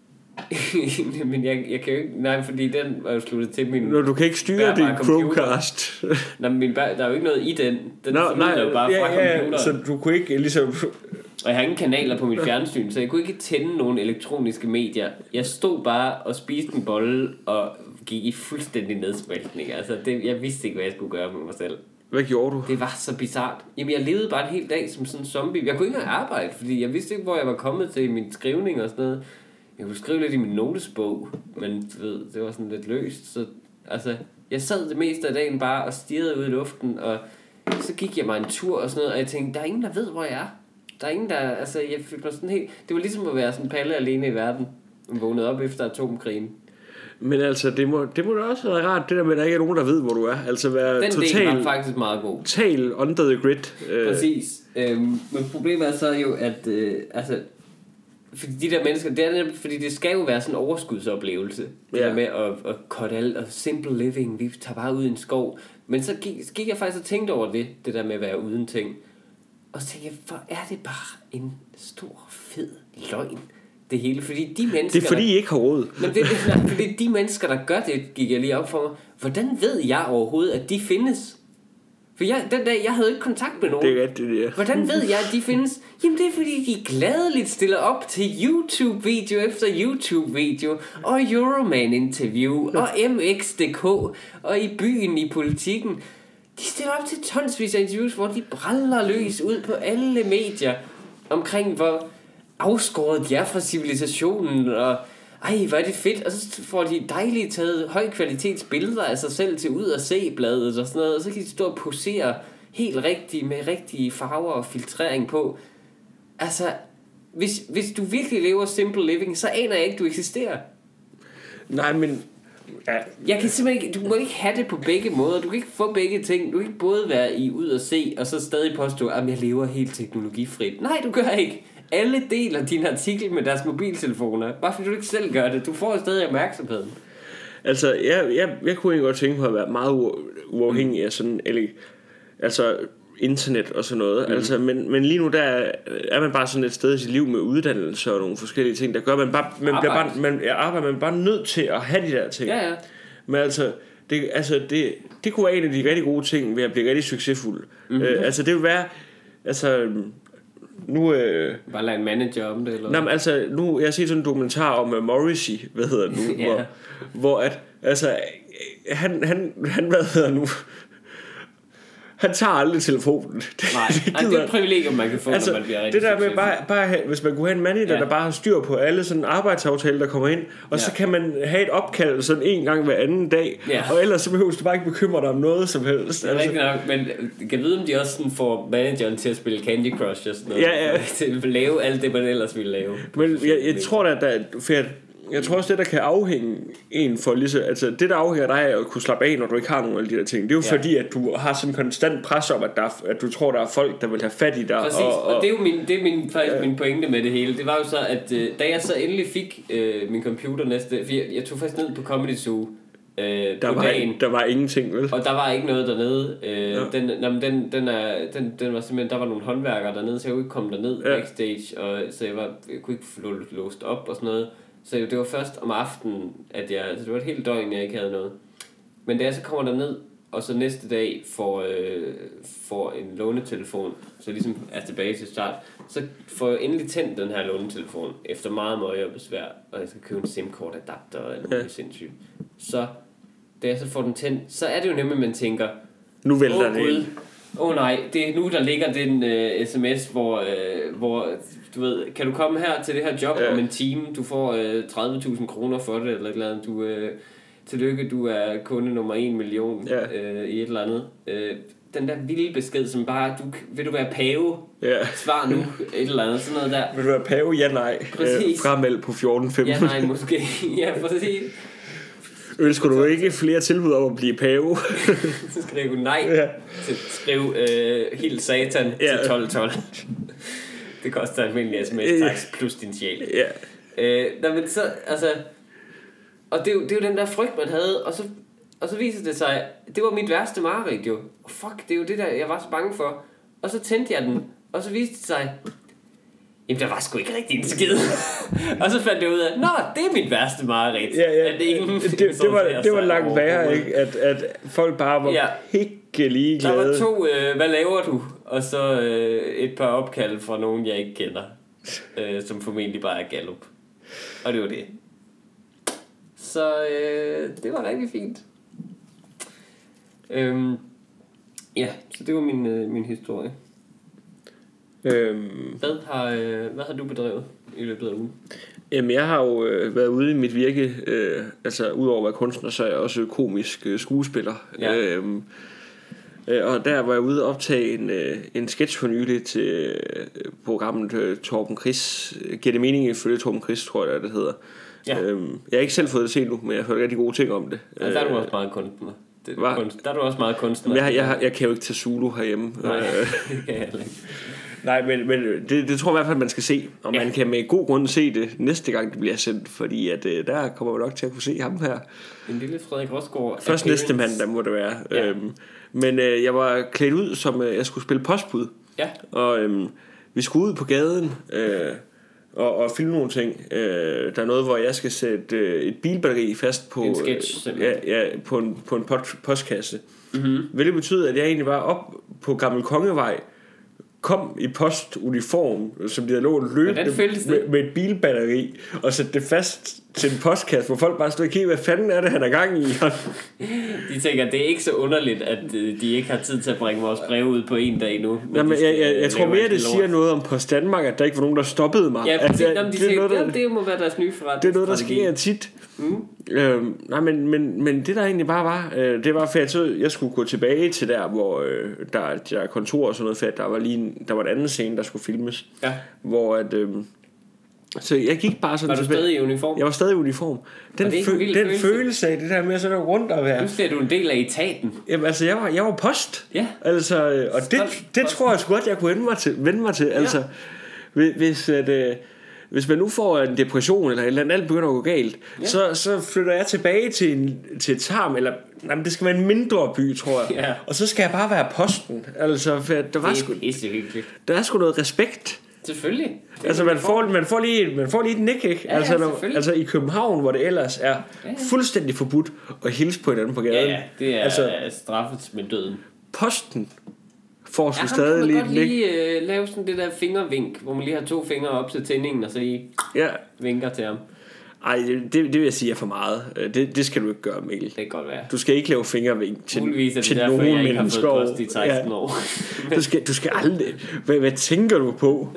Men jeg kan jo ikke. Nej, fordi den var jo sluttet til min. Nå, du kan ikke styre din Chromecast. Nej, der er jo ikke noget i den. Den er jo bare fra computeren. Så du kunne ikke ligesom. Og jeg har ingen kanaler på mit fjernsyn, så jeg kunne ikke tænde nogen elektroniske medier. Jeg stod bare og spiste en bolle og gik i fuldstændig nedsmeltning. Altså, jeg vidste ikke, hvad jeg skulle gøre med mig selv. Hvad gjorde du? Det var så bizart. Jamen, jeg levede bare en hel dag som sådan en zombie. Jeg kunne ikke engang arbejde, fordi jeg vidste ikke, hvor jeg var kommet til i min skrivning og sådan noget. Jeg kunne skrive lidt i min notesbog, men du ved, det var sådan lidt løst. Så altså, jeg sad det meste af dagen bare og stirrede ud i luften, og så gik jeg mig en tur og sådan noget, og jeg tænkte, der er ingen, der ved, hvor jeg er. Der er ingen, der, altså, jeg følte mig sådan helt, det var ligesom at være sådan Palle alene i verden, og vågnede op efter atomkrigen. Men altså, det må da også være rart, det der med, at der ikke er nogen, der ved, hvor du er. Altså være den del var faktisk meget god. Total under the grid. Præcis. Men problemet er så jo, at altså, fordi de der mennesker, det er fordi det skal jo være sådan en overskudsoplevelse. Det der med at cutte alt, og simple living, vi tager bare ud i en skov. Men så gik jeg faktisk og tænkte over det der med at være uden ting. Og så tænkte jeg, hvor er det bare en stor, fed løgn, det hele. Fordi de mennesker... Det er fordi I ikke har råd. Fordi de mennesker, der gør det, gik jeg lige op for mig. Hvordan ved jeg overhovedet, at de findes? For den dag, jeg havde ikke kontakt med nogen. Det er rigtigt, ja. Hvordan ved jeg, at de findes? Jamen det er fordi, de gladeligt stiller op til YouTube-video efter YouTube-video, og Euroman-interview, og MX.dk, og i byen i Politikken. De stiller op til tonsvis af interviews, hvor de bræller løs ud på alle medier, omkring hvor afskåret de er fra civilisationen, og ej, hvor er det fedt. Og så får de dejligt taget højkvalitets billeder af sig selv til ud og se bladet og sådan noget, og så kan de stå og posere helt rigtigt med rigtige farver og filtrering på. Altså, hvis du virkelig lever simple living, så aner jeg ikke, du eksisterer. Nej, men... Ja. Jeg kan simpelthen ikke, du må ikke have det på begge måder. Du kan ikke få begge ting. Du kan ikke både være i ud og se, og så stadig påstå, at jeg lever helt teknologifrit. Nej, du gør ikke. Alle deler din artikel med deres mobiltelefoner. Bare fordi du ikke selv gør det. Du får stadig opmærksomheden. Altså, jeg kunne ikke godt tænke på at være meget uafhængig af sådan, altså internet og sådan noget. Altså, men lige nu der er man bare sådan et sted i sit liv med uddannelse og nogle forskellige ting, der gør man bare man er bare nødt til at have de der ting. Ja. Men altså det kunne være en af de rigtig gode ting ved at blive rigtig succesfuld. Altså det vil være nu bare lade en manager om det eller. Nej, men altså nu jeg har set sådan en dokumentar om Morrissey, hvad hedder det nu, hvor at altså han hvad hedder nu. han tager aldrig telefonen. Nej, det er et privilegium, man kan få, altså, når man bliver rigtig det der med bare hvis man kunne have en manager, der bare har styr på alle sådan en arbejdsaftaler, der kommer ind, og så kan man have et opkald sådan en gang hver anden dag, og ellers så behøver du bare ikke bekymre dig om noget som helst. Det er rigtigt nok, men kan vide, om de også sådan får manageren til at spille Candy Crush og sådan noget, til at lave alt det, man ellers ville lave. Men jeg tror da, jeg tror også det der kan afhænge en for lige så, altså det der afhænger dig af at kunne slappe af når du ikke har nogen af de der ting. Det er jo fordi at du har sådan en konstant pres om at du tror der er folk der vil have fat i dig. Præcis. Og det er jo faktisk min pointe med det hele. Det var jo så at da jeg så endelig fik min computer næste, jeg tog faktisk ned på Comedy Zoo. Der var ingenting, vel? Og der var ikke noget dernede. Den var simpelthen, der var nogle håndværkere dernede, så jeg kunne ikke komme derned backstage, og så jeg kunne ikke få låst op og sådan noget. Så det var først om aftenen, at så det var et helt døgn, jeg ikke havde noget. Men da jeg så kommer derned, og så næste dag får en lånetelefon, så ligesom er tilbage til start, så får jeg endelig tændt den her lånetelefon, efter meget møje og besvær, og jeg skal købe en SIM-kort-adapter og alt muligt sindssygt. Så da jeg så får den tændt, så er det jo nemlig, man tænker, nu vælter det ind. Nej, det er nu, der ligger den sms, hvor du ved, kan du komme her til det her job om en time, du får 30.000 kroner for det, eller et eller andet, tillykke, du er kunde nummer 1 million i et eller andet. Den der vilde besked, som bare, vil du være pave? Svar nu, et eller andet, sådan noget der. Vil du være pave? Ja, nej. Fremeld på 14.15. Ja, nej, måske. Ja, præcis. Ønsker du ikke flere tilbud om at blive pave? Så skriv nej. Skriv helt satan til 1212. Det koster almindelig sms-tax plus din sjæl. Men så, altså, og det er jo den der frygt, man havde, og så viser det sig, det var mit værste mareridt jo. Fuck, det er jo det der, jeg var så bange for. Og så tændte jeg den, og så viste det sig, jamen der var sgu ikke rigtig en skid. Og så fandt jeg ud af, det er mit værste mareridt. Det var langt værre, ikke? At folk bare var ikke ligeglade. Der var 2, hvad laver du? Og så et par opkald fra nogen jeg ikke kender, som formentlig bare er Gallup. Og det var det. Så det var rigtig fint. Så det var min historie. Hvad har du bedrevet i løbet af ugen? Jamen jeg har jo været ude i mit virke, altså udover at være kunstner, så er jeg også komisk skuespiller. Og der var jeg ude og optage en sketch for nylig til programmet Torben Chris. Giver det mening ifølge Torben Chris, tror jeg det hedder. Jeg har ikke selv fået det set nu, men jeg har hørt rigtig gode ting om det. Der er du også meget kunstner. Der er du også meget kunstner. Jeg kan jo ikke tage Zulu herhjemme. Nej, det kan jeg heller ikke. Nej, men det tror jeg i hvert fald, man skal se. Og man kan med god grund se det næste gang, det bliver sendt. Fordi at, der kommer man nok til at kunne se ham her. En lille Frederik Rosgaard. Først næste mandag må det være. Men jeg var klædt ud, som jeg skulle spille postbud. Og vi skulle ud på gaden og filme nogle ting. Der er noget, hvor jeg skal sætte et bilbatteri fast på en sketch, på en postkasse. Hvilket betyder, at jeg egentlig var op på Gammel Kongevej, kom i postuniform, som de havde lånt løbende med et bilbatteri, og sætte det fast til en postkasse, hvor folk bare stod og kiggede, hvad fanden er det, han er gang i? De tænker, det er ikke så underligt, at de ikke har tid til at bringe vores brev ud på en dag nu. Men jeg tror mere, det siger noget om Post Danmark, at der ikke var nogen, der stoppede mig. Ja, det må være deres nye forretning. Det er noget, der sker tit. Men det der egentlig bare var, det var for jeg skulle gå tilbage til der, hvor der er kontor og sådan noget, for der var en anden scene, der skulle filmes, hvor at så jeg gik bare sådan. Var du stadig i uniform? Jeg var stadig i uniform. Den følelse af det der med sådan rundt at være. Pludselig er du en del af etaten. Jamen altså jeg var post. Altså og det tror jeg sgu godt jeg kunne vende mig til. Altså hvis man nu får en depression eller et eller andet, alt begynder at gå galt, så flytter jeg tilbage til et tarm, eller det skal være en mindre by, tror jeg. Og så skal jeg bare være posten. Altså for der er sgu noget respekt. Selvfølgelig. Altså man får lige et nik, ikke? Altså i København, hvor det ellers er fuldstændig forbudt at hilse på hinanden på gaden. Ja, det er straffet med døden. Posten får sgu stadig lige et nik. Lige lave sådan det der fingervink, hvor man lige har 2 fingre op til tændingen, og så lige vinker til ham. Ej, det vil jeg sige er for meget. Det skal du ikke gøre, Mikkel. Det kan godt være. Du skal ikke lave fingervink til derfor, nogen jeg ikke mennesker. har fået post i 16 år. Du skal aldrig... Hvad tænker du på?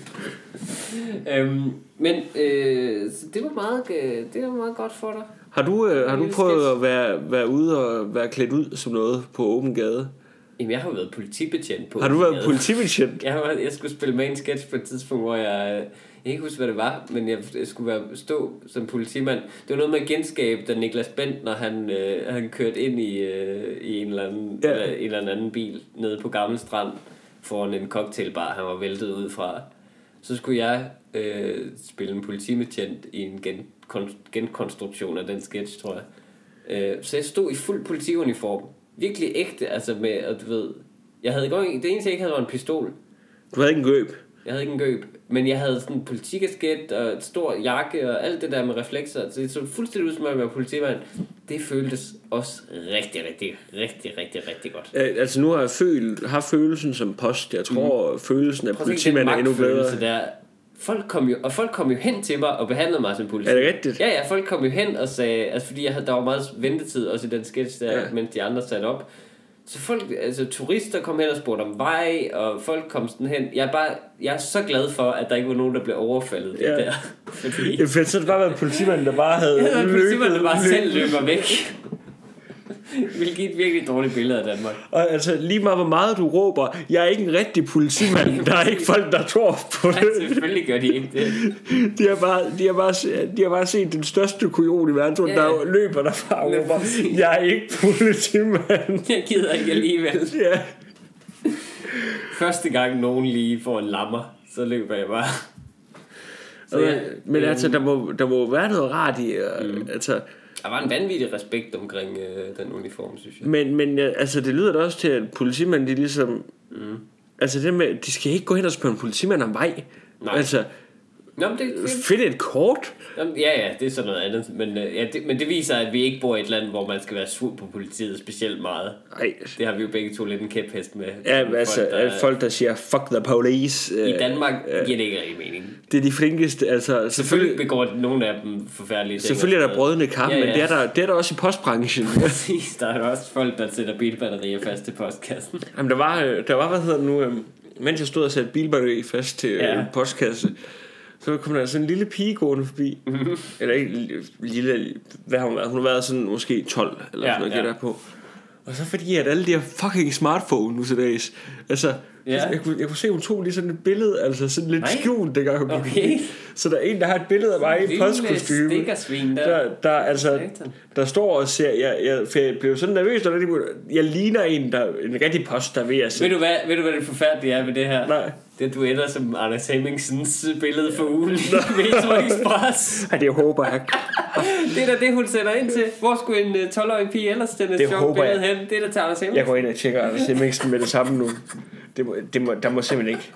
Men det var meget godt for dig. Har du prøvet at være ude og være klædt ud som noget på åben gade? Jamen, jeg har været politibetjent på. Har du været politibetjent? Jeg skulle spille med en sketch på et tidspunkt, hvor jeg ikke husker, hvad det var, men jeg skulle stå som politimand. Det var noget med at genskabe, da Niklas Bent, når han kørte ind i en eller anden bil nede på Gammel Strand foran en cocktailbar, han var væltet ud fra. Så skulle jeg spille en politibetjent i en genkonstruktion af den sketch, tror jeg. Så jeg stod i fuld politiuniform. Virkelig ægte, altså med, at du ved... det eneste jeg ikke havde var en pistol. Du havde ikke en gøb? Jeg havde ikke en gøb, men jeg havde sådan en politikasket og et stor jakke og alt det der med reflekser. Så det så fuldstændig ud som at være politimand. Det føltes også rigtig godt. Altså nu har jeg haft følelsen som post. Jeg tror følelsen af politimand er endnu bedre. Der. Folk kom jo hen til mig og behandlede mig som politi. Er det rigtigt? Ja, folk kom jo hen og sagde, altså fordi der var meget ventetid også i den sketch der, mens de andre satte op. Så turister kom hen og spurgte om vej, og folk kom sådan hen. Jeg er så glad for, at der ikke var nogen, der blev overfaldet der. Fordi... så det bare været politimanden, der bare havde politimanden, der bare selv løber væk. vil give et virkelig dårligt billede af Danmark. Og altså lige meget hvor meget du råber, jeg er ikke en rigtig politimand. Der er ikke folk der tror på det. Nej, selvfølgelig gør de ikke det. De har bare set den største kujon i verden, der løber derfra og råber, jeg er ikke politimand. Jeg gider ikke alligevel. Ja. Første gang nogen lige får en lammer, så løber jeg bare. Men altså der må være noget rart i altså. Der var en vanvittig respekt omkring den uniform, synes jeg. Men altså det lyder da også til, at politimænd de ligesom altså det med, de skal ikke gå hen og spørge en politimand om vej. Nej. Altså find et kort. Jamen, ja, det er sådan noget andet. Men det viser, at vi ikke bor i et land, hvor man skal være sur på politiet specielt meget. Nej. Det har vi jo begge to lidt en kæphest med. Ja, altså folk, der siger fuck the police. I Danmark giver det ikke rigtig mening. Det er de flinkeste. Altså, selvfølgelig begår nogle af dem forfærdelige ting. Selvfølgelig er der brødende kamp, men det er der også i postbranchen. Præcis, der er også folk, der sætter bilbatterier fast til postkassen. Jamen der var hvad hedder det nu, mens jeg stod og satte bilbatteri fast til en postkasse, så kom der sådan en lille pige gående forbi. Eller ikke lille, hvad har hun været? Hun har været sådan måske 12 eller sådan noget, gætter på. Og så fordi at alle de her fucking smartphone nu til dags, altså jeg kunne se, hun tog lige sådan et billede, altså sådan lidt skjult, dengang hun gik. Så der er en, der har et billede af mig i postkostyme. Der står og ser, jeg blev sådan nervøs, når jeg ligner en rigtig post, der er ved at se. Ved du hvad det forfærdelige er ved det her? Nej. Det du ender som Anders Hemmingsens billede for ugen i Metro Express. Ja, det håber jeg. Det er da det, hun sætter ind til. Hvor skulle en 12-årig pige ellers sende et sjovt billede hen? Det er da til Anders Hemmingsen. Jeg går ind og tjekker Anders Hemmingsen med det samme nu. Der må simpelthen ikke.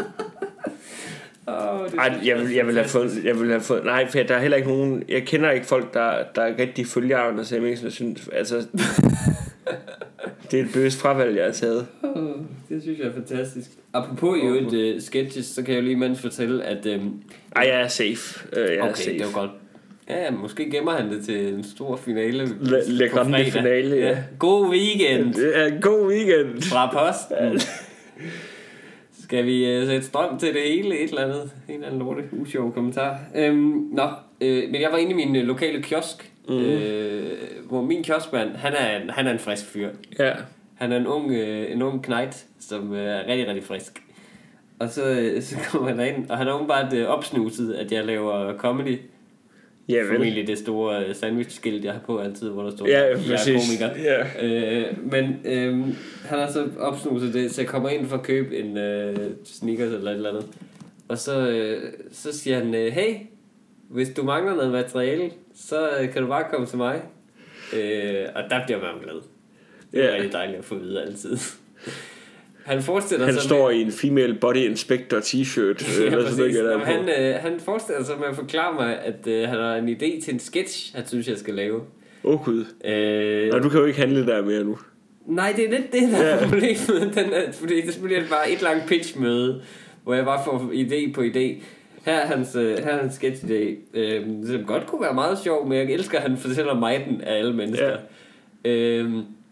Jeg vil have fået. Nej, for der er heller ikke nogen. Jeg kender ikke folk, der rigtig følger Anders Hemmingsen og synes, altså. Det er et bevidst fravalg, jeg har taget. Det synes jeg er fantastisk. Apropos sketches, så kan jeg jo lige mens fortælle, at... jeg er safe. Okay, det var godt. Ja, måske gemmer han det til en stor finale. Le Grande finale, ja. God weekend. Ja, god weekend. Fra posten. Skal vi sætte strøm til det hele? En eller anden lorte usjov kommentar. Men jeg var inde i min lokale kiosk, hvor min kioskmand, han er en frisk fyr. Ja. Han er en ung knejt, som er rigtig, rigtig frisk. Og så kommer han derind, og han er åbenbart opsnuset, at jeg laver comedy. Ja, formentlig det store sandwich-skilt, jeg har på altid, hvor der står, jeg er komiker. Ja. Men han har så opsnuset det, så jeg kommer ind for at købe en sneakers eller et eller andet. Og så siger han, hey, hvis du mangler noget materiale, så kan du bare komme til mig. Og der bliver man glad. Det er rigtig dejligt at få videre altid. Han står i en female body inspector t-shirt. Han forestiller sig med at forklare mig, at han har en idé til en sketch, han synes, jeg skal lave. Gud. Og du kan jo ikke handle der mere nu. Nej, det er lidt det, der er problemet. Fordi det bliver bare et langt pitchmøde, hvor jeg bare får idé på idé. Her er hans sketch-idé, som godt kunne være meget sjov, men jeg elsker, at han fortæller mig den af alle mennesker. Ja.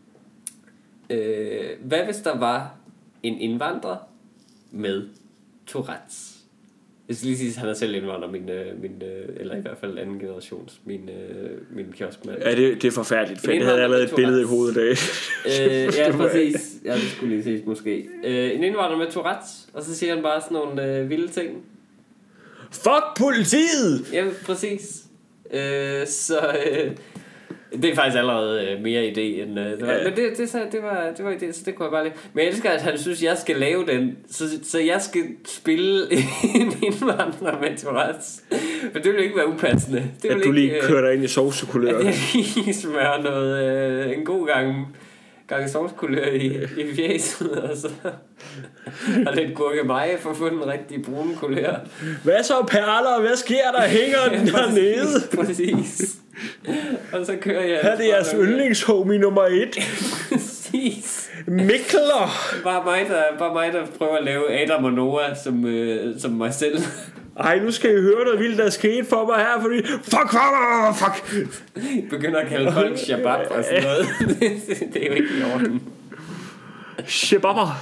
Hvad hvis der var en indvandrer med Tourettes? Jeg skal lige sige, at han er selv indvandrer, eller i hvert fald anden generations, min kioskmand. Ja, det er forfærdeligt, for jeg havde allerede et billede i hovedet af. Ja, præcis. Ja, det skulle lige ses måske. En indvandrer med Tourettes, og så siger han bare sådan nogle vilde ting. Fuck politiet! Ja, præcis. Det er faktisk allerede mere idé end det var. Men det var idé, så det kunne jeg bare lide. Men jeg elsker, at han synes, jeg skal lave den, så jeg skal spille en indvandrer med Tourettes. For det vil ikke være upassende. Det at du lige kører dig ind i sovsekulør. At jeg lige smører noget, en god gang sovsekulør i fjeset, og så og lidt gurkemeje for at få den rigtige brune kulør. Hvad så, perler? Hvad sker der? Hænger den dernede? Præcis. Og så kører jeg... Her er det jeres yndlingshomie nummer 1. Præcis. Mikler. Bare mig, der prøver at lave Adam og Noah som mig selv. Ej, nu skal I høre noget vildt, der skete for mig her, fordi... Fuck! Begynder at kalde folk shabab og sådan noget. Det er jo ikke i orden. Shababber.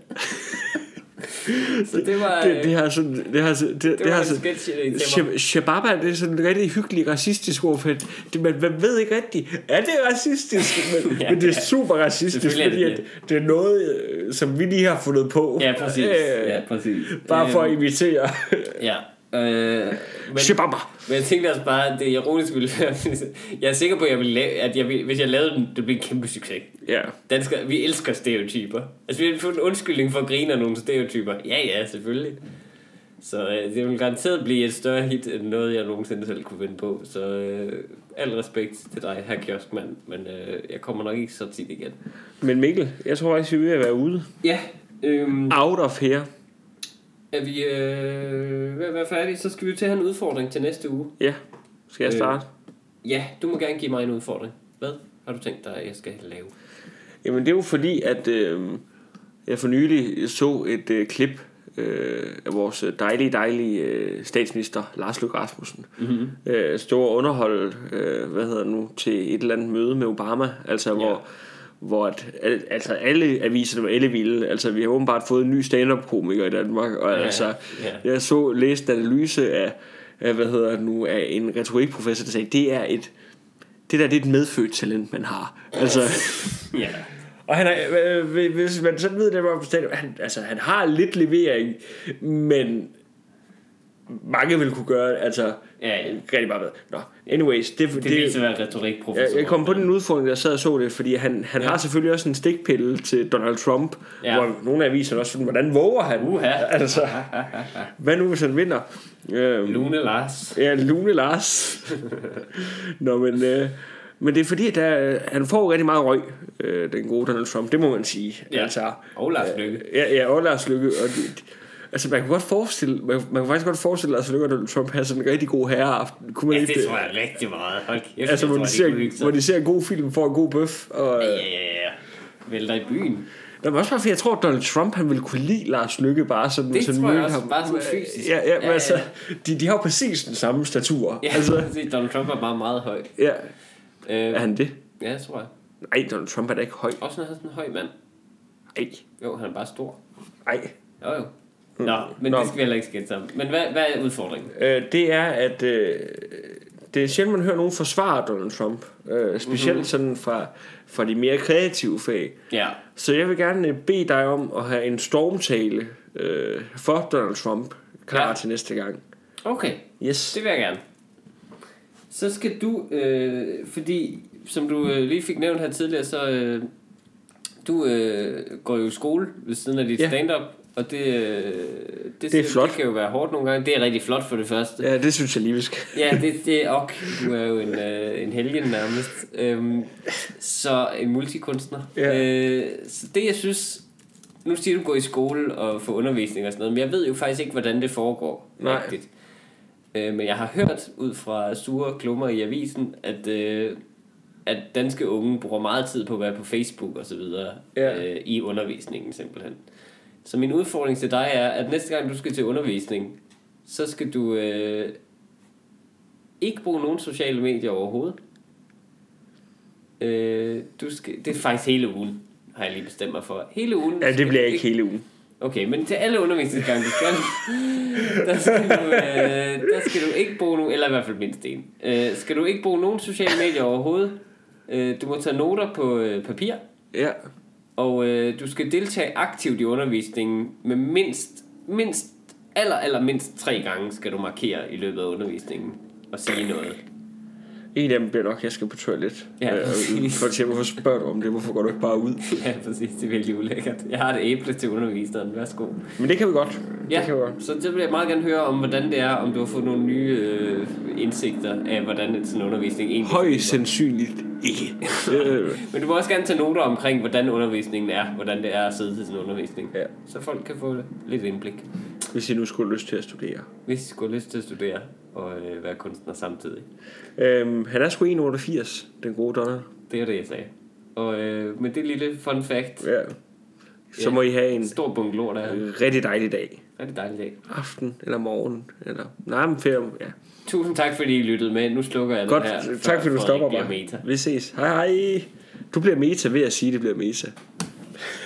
Så det var... Det har sådan Shababa, det er sådan en rigtig hyggelig racistisk ord, for man ved ikke rigtigt, er det racistisk? Men det er super racistisk, fordi det er noget, som vi lige har fundet på. Ja, præcis. Bare for at imitere. Ja. Shababa. Men jeg tænkte også bare, at det ironisk ville være... Jeg er sikker på, at hvis jeg lavede den, det blev en kæmpe succes. Ja. Danskere, vi elsker stereotyper. Altså, vi har fået en undskyldning for at grine af nogle stereotyper. Ja, selvfølgelig. Så det vil garanteret blive et større hit, end noget, jeg nogensinde selv kunne vinde på. Så al respekt til dig, her kioskmand. Men jeg kommer nok ikke så tit igen. Men Mikkel, jeg tror faktisk, vi er ved at være ude. Ja. Out of here. Er vi ved at være færdige, så skal vi jo til at have en udfordring til næste uge. Ja, skal jeg starte? Ja, du må gerne give mig en udfordring. Hvad har du tænkt dig, at jeg skal lave? Jamen det er jo fordi, at jeg for nylig så et klip af vores dejlige statsminister Lars Løkke Rasmussen stå og underholde til et eller andet møde med Obama, altså hvor alle aviserne var ellevilde. Altså vi har åbenbart fået en ny stand-up-komiker i Danmark, og jeg læste en analyse af af en retorikprofessor, der sagde, det er et medfødt talent, man har. Altså ja. Og han er, hvis man sådan ved det, han har lidt levering, men mange vil kunne gøre, rigtig bare ved. Nå, anyways, det viser at være retorikprofessor. Jeg kom på den udfordring, der sad og så det, fordi han har selvfølgelig også en stikpille til Donald Trump, hvor nogle af aviserne også sådan, hvordan våger han? Hvad nu hvis han vinder? Lune Lars. Ja, Lune Lars. Nå, men det er fordi, han får rigtig meget røg, den gode Donald Trump, det må man sige. Ja, og Lars Løkke. Ja, og Lars Løkke. Og man kan faktisk godt forestille sig, at Donald Trump har sådan en rigtig god herreaften. Kunne man det tror jeg rigtig meget. Hvor de ser en god film, får en god bøf. Og ja. Vælter i byen. Det var også bare, for jeg tror, at Donald Trump han ville kunne lide Lars Løkke bare sådan. Det tror jeg også, bare sådan fysisk. Ja. Altså, de har jo præcis den samme statur. Ja, altså. Donald Trump er bare meget høj. Ja. Er han det? Ja, det tror jeg. Nej, Donald Trump er da ikke høj. Også når han er sådan en høj mand. Nej. Jo, han er bare stor. Nej. Jo. Nå, men det skal vi heller ikke skætte sammen. Men hvad er udfordringen? Det er, at det er sjældent, man hører nogen forsvare Donald Trump. Specielt sådan fra de mere kreative fag. Ja. Så jeg vil gerne bede dig om at have en stormtale for Donald Trump klar til næste gang. Okay, yes. Det vil jeg gerne. Så skal du, fordi som du lige fik nævnt her tidligere, så du går jo i skole ved siden af dit stand-up. Og det er flot. Det kan jo være hårdt nogle gange. Det er rigtig flot for det første. Ja, det synes jeg lige, vi skal. Ja, det er ok. Du er jo en helgen nærmest. Så en multikunstner. Så det jeg synes... Nu siger du gå i skole og få undervisning og sådan noget, men jeg ved jo faktisk ikke, hvordan det foregår. Nej. Rigtigt. Men jeg har hørt ud fra sure klummer i avisen, at danske unge bruger meget tid på at være på Facebook og så videre i undervisningen simpelthen. Så min udfordring til dig er, at næste gang du skal til undervisning, så skal du ikke bruge nogen sociale medier overhovedet. Det er faktisk hele ugen, har jeg lige bestemt mig for. Hele ugen. Ja, det bliver ikke hele ugen. Okay, men til alle undervisningsgange, du skal, der skal du ikke bruge nogen, eller i hvert fald mindst en. Skal du ikke bruge nogen sociale medier overhovedet. Du må tage noter på papir. Ja. Og du skal deltage aktivt i undervisningen med mindst 3 gange skal du markere i løbet af undervisningen og sige noget. En af dem bliver nok, jeg skal på toilet. Ja, for eksempel, hvorfor spørger du om det? Hvorfor går du ikke bare ud? Ja, præcis. Det er virkelig ulækkert. Jeg har et æble til underviseren. Værsgo. Men det kan vi godt. Ja, så det vil jeg meget gerne høre om, hvordan det er, om du har fået nogle nye indsigter af, hvordan sådan en undervisning egentlig er. Højst sandsynligt ikke. Men du må også gerne tage noter omkring, hvordan undervisningen er, hvordan det er at sidde til sådan en undervisning. Ja. Så folk kan få lidt indblik. Hvis I nu skulle have lyst til at studere. Hvis I skulle have lyst til at studere og være kunstner samtidig. Han er sgu 1,88, den gode Donald. Det er det, jeg sagde. Og med det lille fun fact. Ja. Så må I have en stor bunke lort af. Rigtig dejlig dag. Rigtig dejlig dag. Aften eller morgen. Eller nej, men ferie, ja. Tusind tak, fordi I lyttede med. Nu slukker jeg godt, det her. Tak fordi du stopper mig. Vi ses. Hej hej. Du bliver meta ved at sige, det bliver meta.